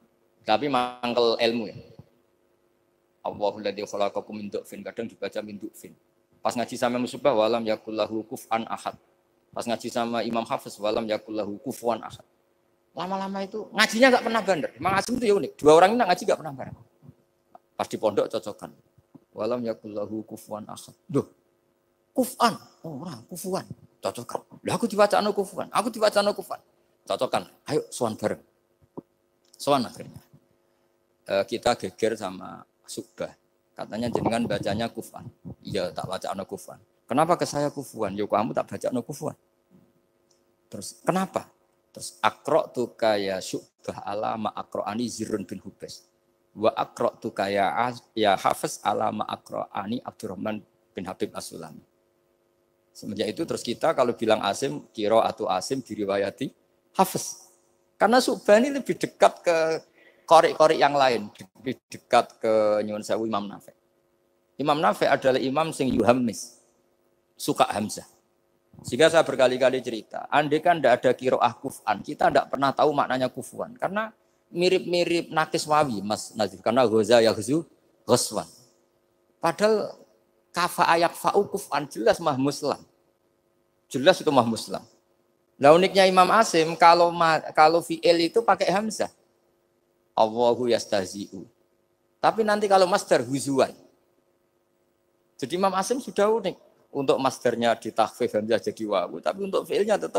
Tapi mangkel ilmu ya. Allahul ladzi khalaqakum min du'fin, kadang dibaca min du'fin. Pas ngaji sama musibah walam yakullahu kuf'an ahad. Pas ngaji sama Imam Hafiz walam yakullahu kufuwan ahad. Lama-lama itu ngajinya enggak pernah bandar. Imam Asim itu ya unik. Dua orang ini ngaji enggak pernah bandar. Pas di pondok cocokan. Walam yakullahu kufuwan ahad. Duh. Kuf'an, orang kufuwan. Cocokan. Lah aku diwacana kufuwan. Aku diwacana kufuwan. Cocokan. Ayo sowan bareng. Sowan akhirnya. Kita geger sama Subah. Katanya jenengan bacanya kufan. Iya, tak baca ana kufan. Kenapa ke saya kufuan? Ya kamu tak baca ana kufan. Terus kenapa? Terus aqra'tu kaya Subah ala ma aqra'ani Zirrun bin Hubes. Wa aqra'tu kaya ya Hafiz ala ma aqra'ani Abdurrahman bin Habib As-Sulami. Semenjak itu terus kita kalau bilang Asim, qira'atu Asim diriwayati Hafiz. Karena Subah ini lebih dekat ke korek-korek yang lain, lebih dekat ke Nyuwun Sewu Imam Nafi'. Imam Nafi' adalah imam sing yuhammis, suka hamzah. Sehingga saya berkali-kali cerita, andai kan tidak ada qiraah kuf'an, kita tidak pernah tahu maknanya kufuan. Karena mirip-mirip nakis wawi, Mas Nazif. Karena ghoza yaghzu ghoswan. Padahal kafa ayak fa'u kuf'an jelas mahmuslam. Jelas itu mahmuslam. Nah uniknya Imam Asim, kalau fi'il itu pakai hamzah. Allahu yastahzi'u. Tapi nanti kalau masdar huzuan. Jadi Imam Asim sudah unik. Untuk masdarnya ditakhfif hamzah jadi wawu. Tapi untuk fi'ilnya tetap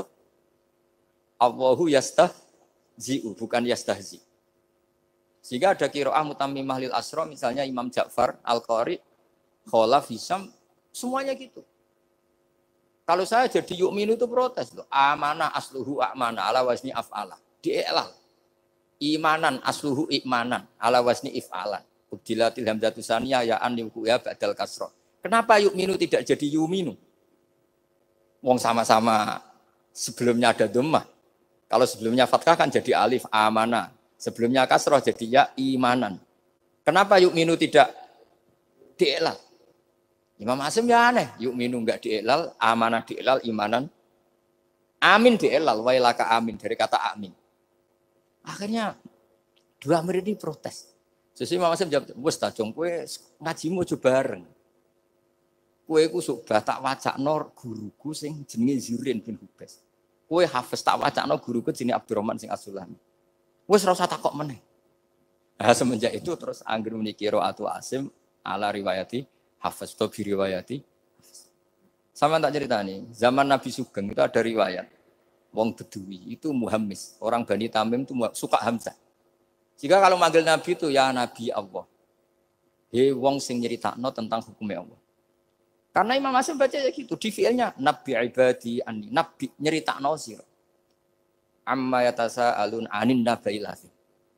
Allahu yastahzi'u. Bukan yastahzi. Sehingga ada qiraah mutammimah lil asra. Misalnya Imam Ja'far, Al-Qari, Khalaf, Hisam. Semuanya gitu. Kalau saya jadi yu'minu itu protes. Loh. Amanah asluhu a'manah ala wazni af'alah. Di'elal. Imanan asluhu imanan ala wasni if'alan. Ubdilatil hamzatu saniyah ya an ya ba'dal kasrah. Kenapa yu'minu tidak jadi yuminu? Wong sama-sama sebelumnya ada dhammah. Kalau sebelumnya fathah kan jadi alif amanah. Sebelumnya kasrah jadi ya imanan. Kenapa yu'minu tidak di'lal? Imam Asim ya aneh, yu'minu enggak di'lal, amanah di'lal, imanan amin di'lal, wailaka amin dari kata amin. Akhirnya dua murid ini protes. Sesuai Imam Asim jawab, wes ta jong kowe ngajimu aja bareng. Kowe ku subah tak wacakno guruku sing jenenge Zirrun bin Hubes. Kowe Hafiz tak wacakno guruku jenenge Abdurrahman sing As-Sulami. Wes ora usah takok meneh. Nah, semenjak itu terus angger muni qiraatu Asim ala riwayati Hafiz to bi riwayati. Sama tak ceritani, zaman Nabi Sugeng itu ada riwayat. Wong Bedui itu muhammis, orang Bani Tamim itu suka hamzah. Jika kalau manggil Nabi itu ya Nabi Allah. He wong sing nyeritakno tentang hukumnya Allah. Karena Imam Asim baca ya gitu, di fiilnya Nabi ibadi anni, Nabi nyeritakno sira. Amma yatasaalun anin nabail azim.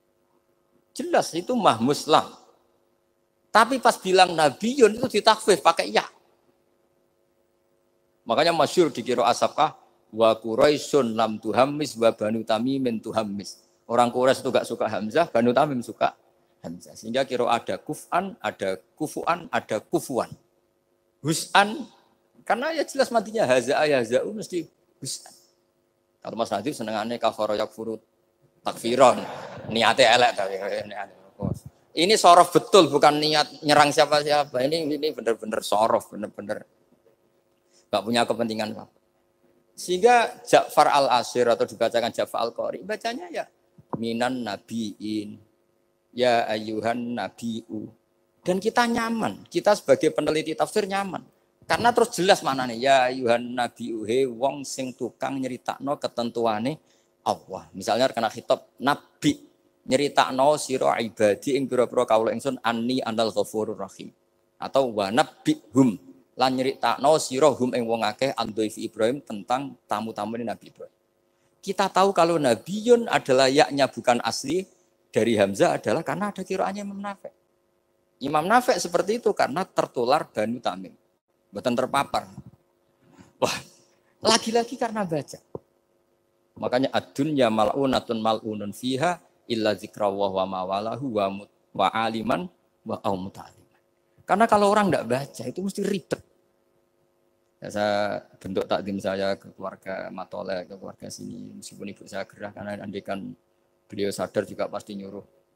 Jelas itu mahmuslah. Tapi pas bilang nabiyun itu ditakfif pakai ya. Makanya masyhur di qiraah Sabqah wa Quraisyun lam tuhammis wa Banu Tamimin tuhammis. Orang Quraisy itu gak suka hamzah, Banu Tamim suka hamzah. Sehingga kira ada kuf'an, ada kufu'an, ada kufuan. Hus'an karena ya jelas matinya haza'a yaza'u mesti hus'an. Kalau Mas Nadif senengannya kafara yakfuru takfiron. Niate elek tapi ini sorof betul bukan niat nyerang siapa-siapa. Ini benar-benar sorof, benar-benar gak punya kepentingan apa. Sehingga Ja'far al-Asir atau dibacakan Ja'far al-Qari bacanya ya minan nabiin ya ayyuhan nabiu. Dan kita nyaman, kita sebagai peneliti tafsir nyaman. Karena terus jelas maknanya ya ayyuhan nabiu he wong sing tukang nyeritakno ketentuane Allah. Misalnya kena khitab nabi nyeritakno sira ibadi ing pira-pira kawula ingsun anni anal ghafurur rahim. Atau wa nabbihum lan nyeritakno sira hum ing wong akeh andhaifi Ibrahim tentang tamu-tamu Nabi Ibrahim. Kita tahu kalau nabiyun adalah yaknya bukan asli dari Hamzah adalah karena ada qiraahnya Imam Nafi'. Imam Nafi' seperti itu karena tertular Banu Tamim. Mboten terpapar. Wah, lagi-lagi karena baca. Makanya ad-dunya mal'unatun mal'unun fiha illa zikrawah wa mawalahu wa aliman wa muta'aliman. Karena kalau orang enggak baca itu mesti ribet. Ya, saya bentuk takdim saya ke keluarga Matole, ke keluarga sini. Meskipun ibu saya gerah, karena andikan beliau sadar juga pasti nyuruh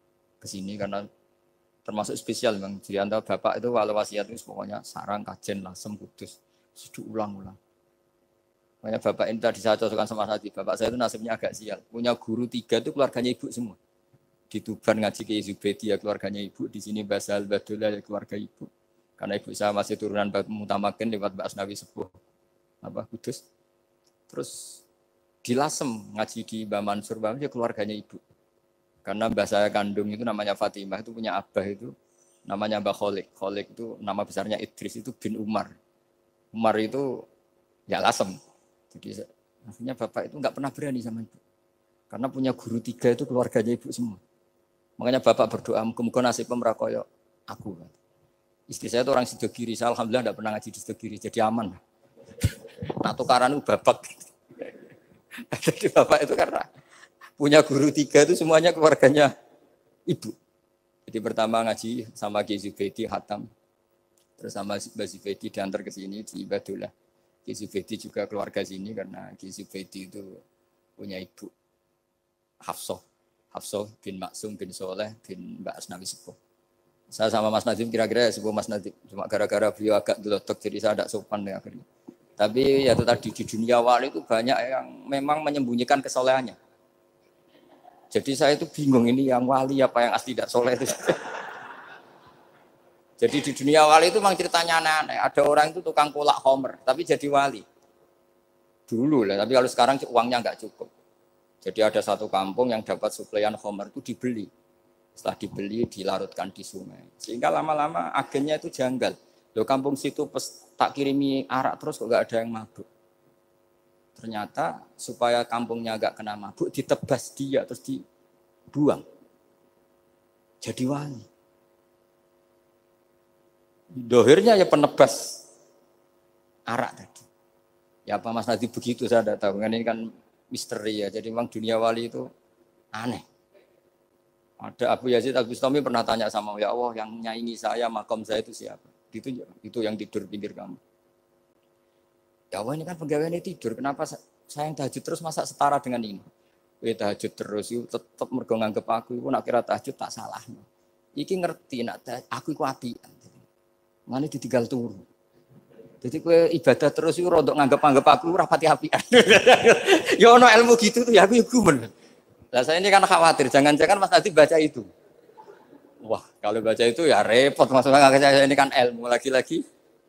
ke sini karena termasuk spesial Bang. Jadi antara bapak itu walau wasiat itu pokoknya sarang, kajen, lasem, kudus. Sudah ulang-ulang. Makanya bapak ini tadi saya cocokkan sama Hadi. Bapak saya itu nasibnya agak sial. Punya guru 3 itu keluarganya ibu semua. Di Tuban ngaji ke Zubedi ya keluarganya ibu. Di sini Basal Badullah ya keluarga ibu. Karena ibu saya masih turunan Mutamakin lewat Mbak Asnawi Sepuh. Kudus. Terus di Lasem ngaji di Mbak Mansur, ya keluarganya ibu. Karena mbah saya kandung itu namanya Fatimah, itu punya abah itu namanya Mbah Kholik. Kholik itu nama besarnya Idris, itu bin Umar. Umar itu ya Lasem. Jadi akhirnya bapak itu enggak pernah berani sama ibu. Karena punya guru 3 itu keluarganya ibu semua. Makanya bapak berdoa, muka-muka nasib pemerakoyo aku. Istri saya itu orang Sidogiri, saya alhamdulillah enggak pernah ngaji di Sidogiri, jadi aman. Nah tukaran itu babak. Jadi bapak itu karena punya guru 3 itu semuanya keluarganya ibu. Jadi pertama ngaji sama Ki Zubedi Hatam. Terus sama Mbak Zubedi diantar ke sini di Badullah. Ki Zubedi juga keluarga sini karena Ki Zubedi itu punya ibu Hafsah. Hafsah bin Maksum bin Soleh bin Mbak Asnawi Sepuh. Saya sama Mas Nadim kira-kira sepuh Mas Nadim. Cuma gara-gara beliau agak delotok jadi saya tidak sopan ya akhirnya. Tapi ya tadi di dunia wali itu banyak yang memang menyembunyikan kesolehannya. Jadi saya itu bingung ini yang wali apa yang asli tidak soleh itu. Jadi di dunia wali itu memang ceritanya aneh-aneh. Ada orang itu tukang kolak homer, tapi jadi wali. Dulu lah, tapi kalau sekarang uangnya nggak cukup. Jadi ada satu kampung yang dapat suplaian homer itu dibeli. Setelah dibeli, dilarutkan di sungai. Sehingga lama-lama agennya itu janggal. Loh kampung situ tak kirimi arak terus kok nggak ada yang mabuk. Ternyata supaya kampungnya nggak kena mabuk, ditebas dia terus dibuang. Jadi wali. Dohirnya ya penebas arak tadi. Ya apa Mas Nadi begitu saya tidak tahu. Ini kan misteri ya. Jadi memang dunia wali itu aneh. Ada Abu Yazid Al-Bustami pernah tanya sama ya Allah yang nyaingi saya, makom saya itu siapa? Itu yang tidur pinggir kamu. Ya Allah ini kan pegawainya tidur. Kenapa saya yang tahajud terus masa setara dengan ini? Tahajud terus itu tetap mergo nganggep aku itu nak kira tahajud tak salah. Iki ngerti nak aku iku apian. Mane ditinggal turu. Jadi kowe ibadah terus iku rodok nganggep aku ora pati apian. Ya ono ilmu gitu tuh ya aku gumen. Lah saya ini kan khawatir jangan-jangan Mas Adi baca itu. Wah, kalau baca itu ya repot maksudnya saya ini kan ilmu lagi-lagi.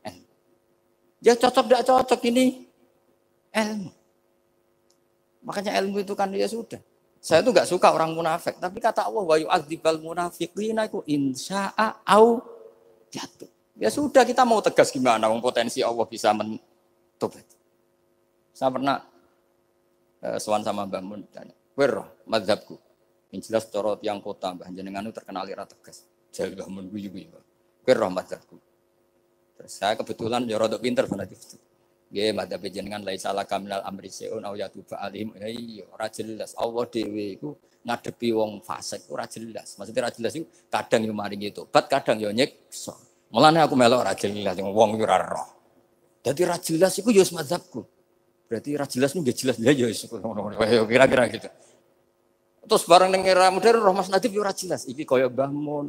Ya cocok enggak cocok ini ilmu. Makanya ilmu itu kan ya sudah. Saya tuh enggak suka orang munafik, tapi kata Allah wa yu'adzibal munafiqina iku insya'a au jatuh. Ya sudah kita mau tegas gimana wong potensi Allah bisa mentobat. Saya pernah sowan sama Mbah Mun tanya, "Wer mazhabku?" Yang jelas cara tiyang kota Mbah jenengan terkenal ora tegas. Jare Mbah Mun guyu-guyu. "Wer mazhabku?" Terus saya kebetulan ya rada pinter fanatik. Nggih mazhab jenengan laisa laka minal amri seun au yatuba alim. Iya ora jelas Allah dhewe iku ngadepi wong fasik ora jelas. Maksudnya ora jelas iku kadang yo maringi tobat, kadang yo nyiksa. Mulane aku melok ra jelas wong ora roh. Dadi ra jelas iku ya mazhabku. Berarti ra jelas nggih jelas ya ya kira-kira gitu. Terus bareng ning era modern roh Mas Nadif ya ora jelas. Iki kaya Mbah Mun.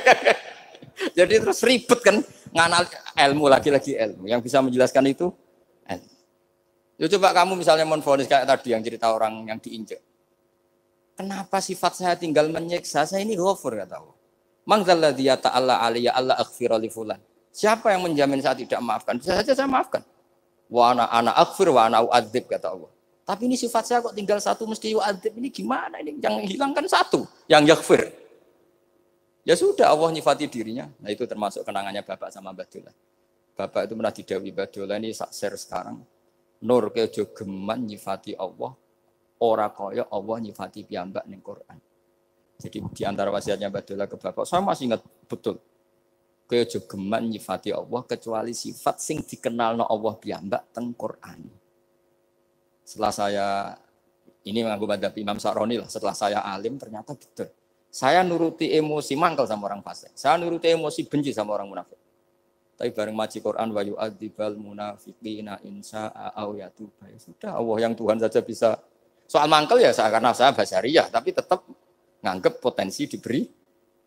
Jadi terus ribet kan nganal ilmu lagi-lagi ilmu. Yang bisa menjelaskan itu ilmu. Ya coba kamu misalnya menfonis kayak tadi yang cerita orang yang diinjek. Kenapa sifat saya tinggal menyiksa? Saya ini ghafur kata Allah. Mangzalladzi yata'alla alayya alla aghfira li fulan. Siapa yang menjamin saya tidak maafkan? Bisa saja saya maafkan. Wa ana aghfir wa ana u'adzib kata Allah. Tapi ini sifat saya kok tinggal satu mesti u'adzib. Ini gimana ini? Yang hilangkan satu, yang yaghfir. Ya sudah Allah nyifati dirinya. Nah itu termasuk kenangannya Bapak sama Mbak Dola. Bapak itu pernah didhawuhi Mbak Dola ini sak share sekarang. Nur kejo geman nyifati Allah, ora kaya Allah nyifati piyambak ning Quran. Jadi di antara wasiatnya Mbak Dola ke Bapak, saya masih ingat betul. Kaya jogeman nyifati Allah kecuali sifat sing dikenalno Allah piyambak teng Quran. Setelah saya ini mengaku madhab Imam Sa'roni lah, setelah saya alim ternyata betul. Saya nuruti emosi mangkel sama orang fasik. Saya nuruti emosi benci sama orang munafik. Tapi bareng maji Quran wa yu'adzibal munafiqina insya'a au yatuba. Ya sudah Allah yang Tuhan saja bisa. Soal mangkel ya karena saya basyariyah tapi tetap nganggep potensi diberi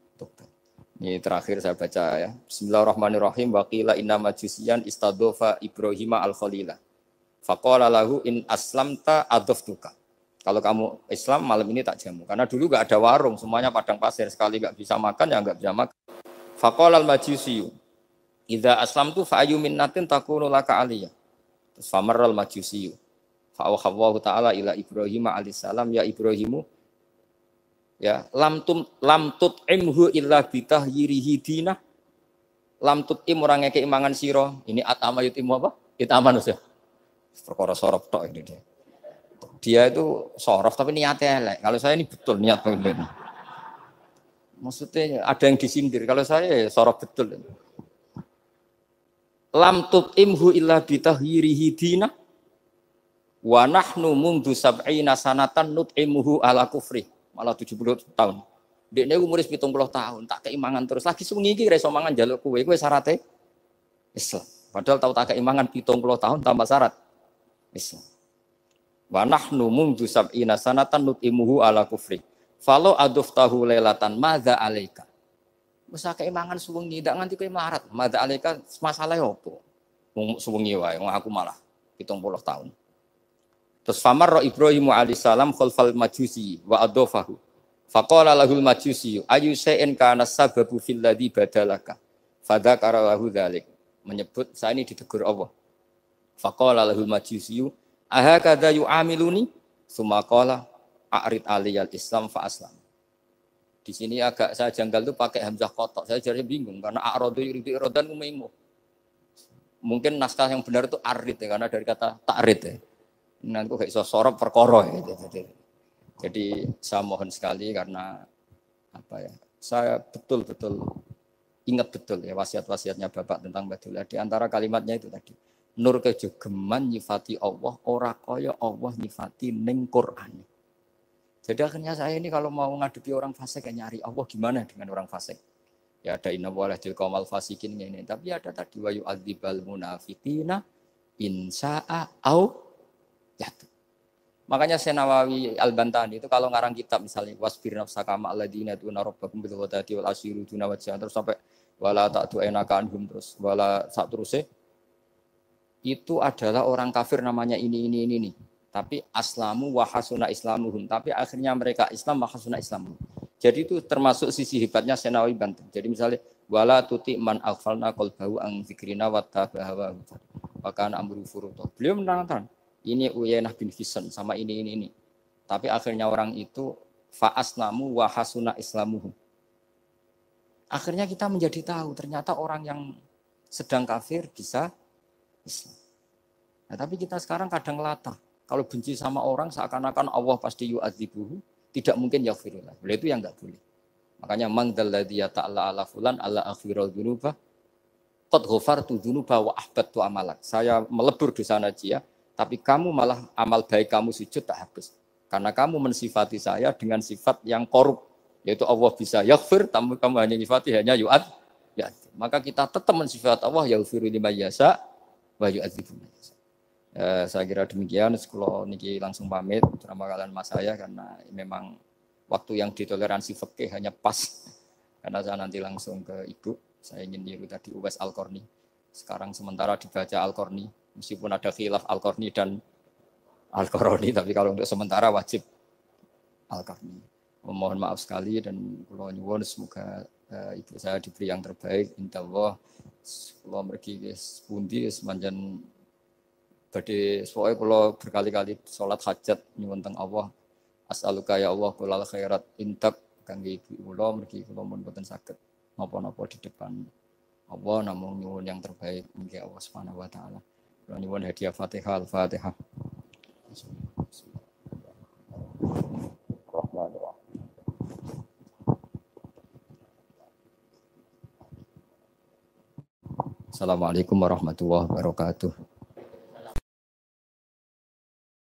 Ini terakhir saya baca ya. Bismillahirrahmanirrahim. Wa qila inna majusiyan istadofa Ibrahim al-Khalila. Faqala lahu in aslamta adoftuka. Kalau kamu Islam malam ini tak jamu. Karena dulu gak ada warung, semuanya padang pasir. Sekali gak bisa makan ya gak bisa makan. Faqala al-majusiyu. Idza aslamtu fa ayyu minnatin takunu laka aliyah. Terus famarral majusiyu. Fa'awhawallahu ta'ala ila Ibrahim alaihissalam ya Ibrahimu ya lam tut'imhu illa bitahyirihi dinah lam tut'im orang ngeke imangan sira ini atama yutimu apa itaman ya perkara sorof tok ini dia itu sorof tapi niatnya elek kalau saya ini betul niat betul maksudnya ada yang disindir kalau saya ya sorof betul lam tut'imhu illa bitahyirihi dinah wa nahnu mundu sab'ina sanatan nut'imuhu ala kufri malah 70 tahun. Dekne umur 70 tahun, tak keimangan terus. Lagi sungi iki ra iso mangan njaluk kowe syaratnya Islam. Padahal tahu tak keimangan 70 tahun tambah syarat Islam. Wa nahnu mundu sab'ina sanatan nut'imuhu ala kufri. Falo aduftahu lailatan madza alaika. Wis keimangan suwengi ndak nganti kowe melarat. Madza alaika masalah opo? Wong suwengi wae, wong aku malah 70 tahun. Terus famar Ibrahim alaihissalam khalfal majusi wa adofahu. Faqala lahul majusi ayu shay'in kana sababu fil ladzi badalaka. Fadzakara lahu dzalik. Menyebut saya ini ditegur Allah. Faqala lahul majusi ahakadza yu'amiluni? Tsumma qala a'rid aliyal Islam fa aslam. Di sini agak saya janggal tuh pakai hamzah kotok. Saya jadi bingung karena a'radu yuridu iradan umaimu. Mungkin naskah yang benar itu arid ya karena dari kata ta'rid ya. Nanti kayak iso sorop perkara ya. Jadi saya mohon sekali karena apa ya? Saya betul-betul ingat betul ya wasiat-wasiatnya Bapak tentang Badullah. Di antara kalimatnya itu tadi. Nur kejogeman nyifati Allah ora kaya Allah nyifati ning Quran. Jadi akhirnya saya ini kalau mau ngadepi orang fasik kayak nyari Allah gimana dengan orang fasik. Ya ada inna walahil qaumal fasikin ini. Tapi ada tadi wa yu'adzibal munafiqina insa'a au ya. Makanya Senawawi Al-Bantani itu kalau ngarang kitab misalnya wasbir nafsaka ma alladziina tuna rabbakum bil ghadati wal asyiru duna wajhan terus sampai wala ta'tu enaka anhum terus wala satruse itu adalah orang kafir namanya ini. Tapi aslamu wa hasuna islamuhum tapi akhirnya mereka Islam wa hasuna islamuhum. Jadi itu termasuk sisi hebatnya Senawawi Banten. Jadi misalnya wala tuti man aghfalna qalbahu an dzikrina wa tabahawa wa kana amru furuta. Beliau menerangkan ini Uyainah bin Hisn sama ini. Tapi akhirnya orang itu fa'aslamu wa hasuna islamuhum. Akhirnya kita menjadi tahu ternyata orang yang sedang kafir bisa Islam. Nah, tapi kita sekarang kadang latah. Kalau benci sama orang seakan-akan Allah pasti yu'adzibuhu, tidak mungkin yaghfirullah. Boleh itu yang enggak boleh. Makanya mangdalladzi yata'alla ala fulan ala aghfirul dzunuba qad ghafartu dzunuba wa ahbattu amalak. Saya melebur dosa najiyah tapi kamu malah amal baik kamu sujud tak habis. Karena kamu mensifati saya dengan sifat yang korup. Yaitu Allah bisa yaghfir, kamu hanya sifati hanya yu'ad. Ya. Maka kita tetap mensifat Allah yaghfiru liman yasha wa yu'adzibu man yasha. Saya kira demikian. Kalau niki langsung pamit bersama kalian mas saya karena memang waktu yang ditoleransi fikih hanya pas. Karena saya nanti langsung ke ibu. Saya ingin niru tadi Uwais Al-Qarni. Sekarang sementara dibaca Al-Qarni. Meskipun ada khilaf Al-Qarni dan Al-Qarni, tapi kalau untuk sementara wajib Al-Qarni. Mohon maaf sekali dan kula nyuwun semoga ibu saya diberi yang terbaik. Insyaallah kula mergi wis pundi semanjan badhe pokoke kula berkali-kali salat hajat nyuwun teng Allah. As'aluka ya Allah kulal khairat intak kangge ibu kula mergi kula mun boten saged napa-napa di depan Allah namung nyuwun yang terbaik mugi Allah Subhanahu wa taala. Nyuwun hadiah Fatihah Al-Fatihah. Assalamualaikum warahmatullahi wabarakatuh.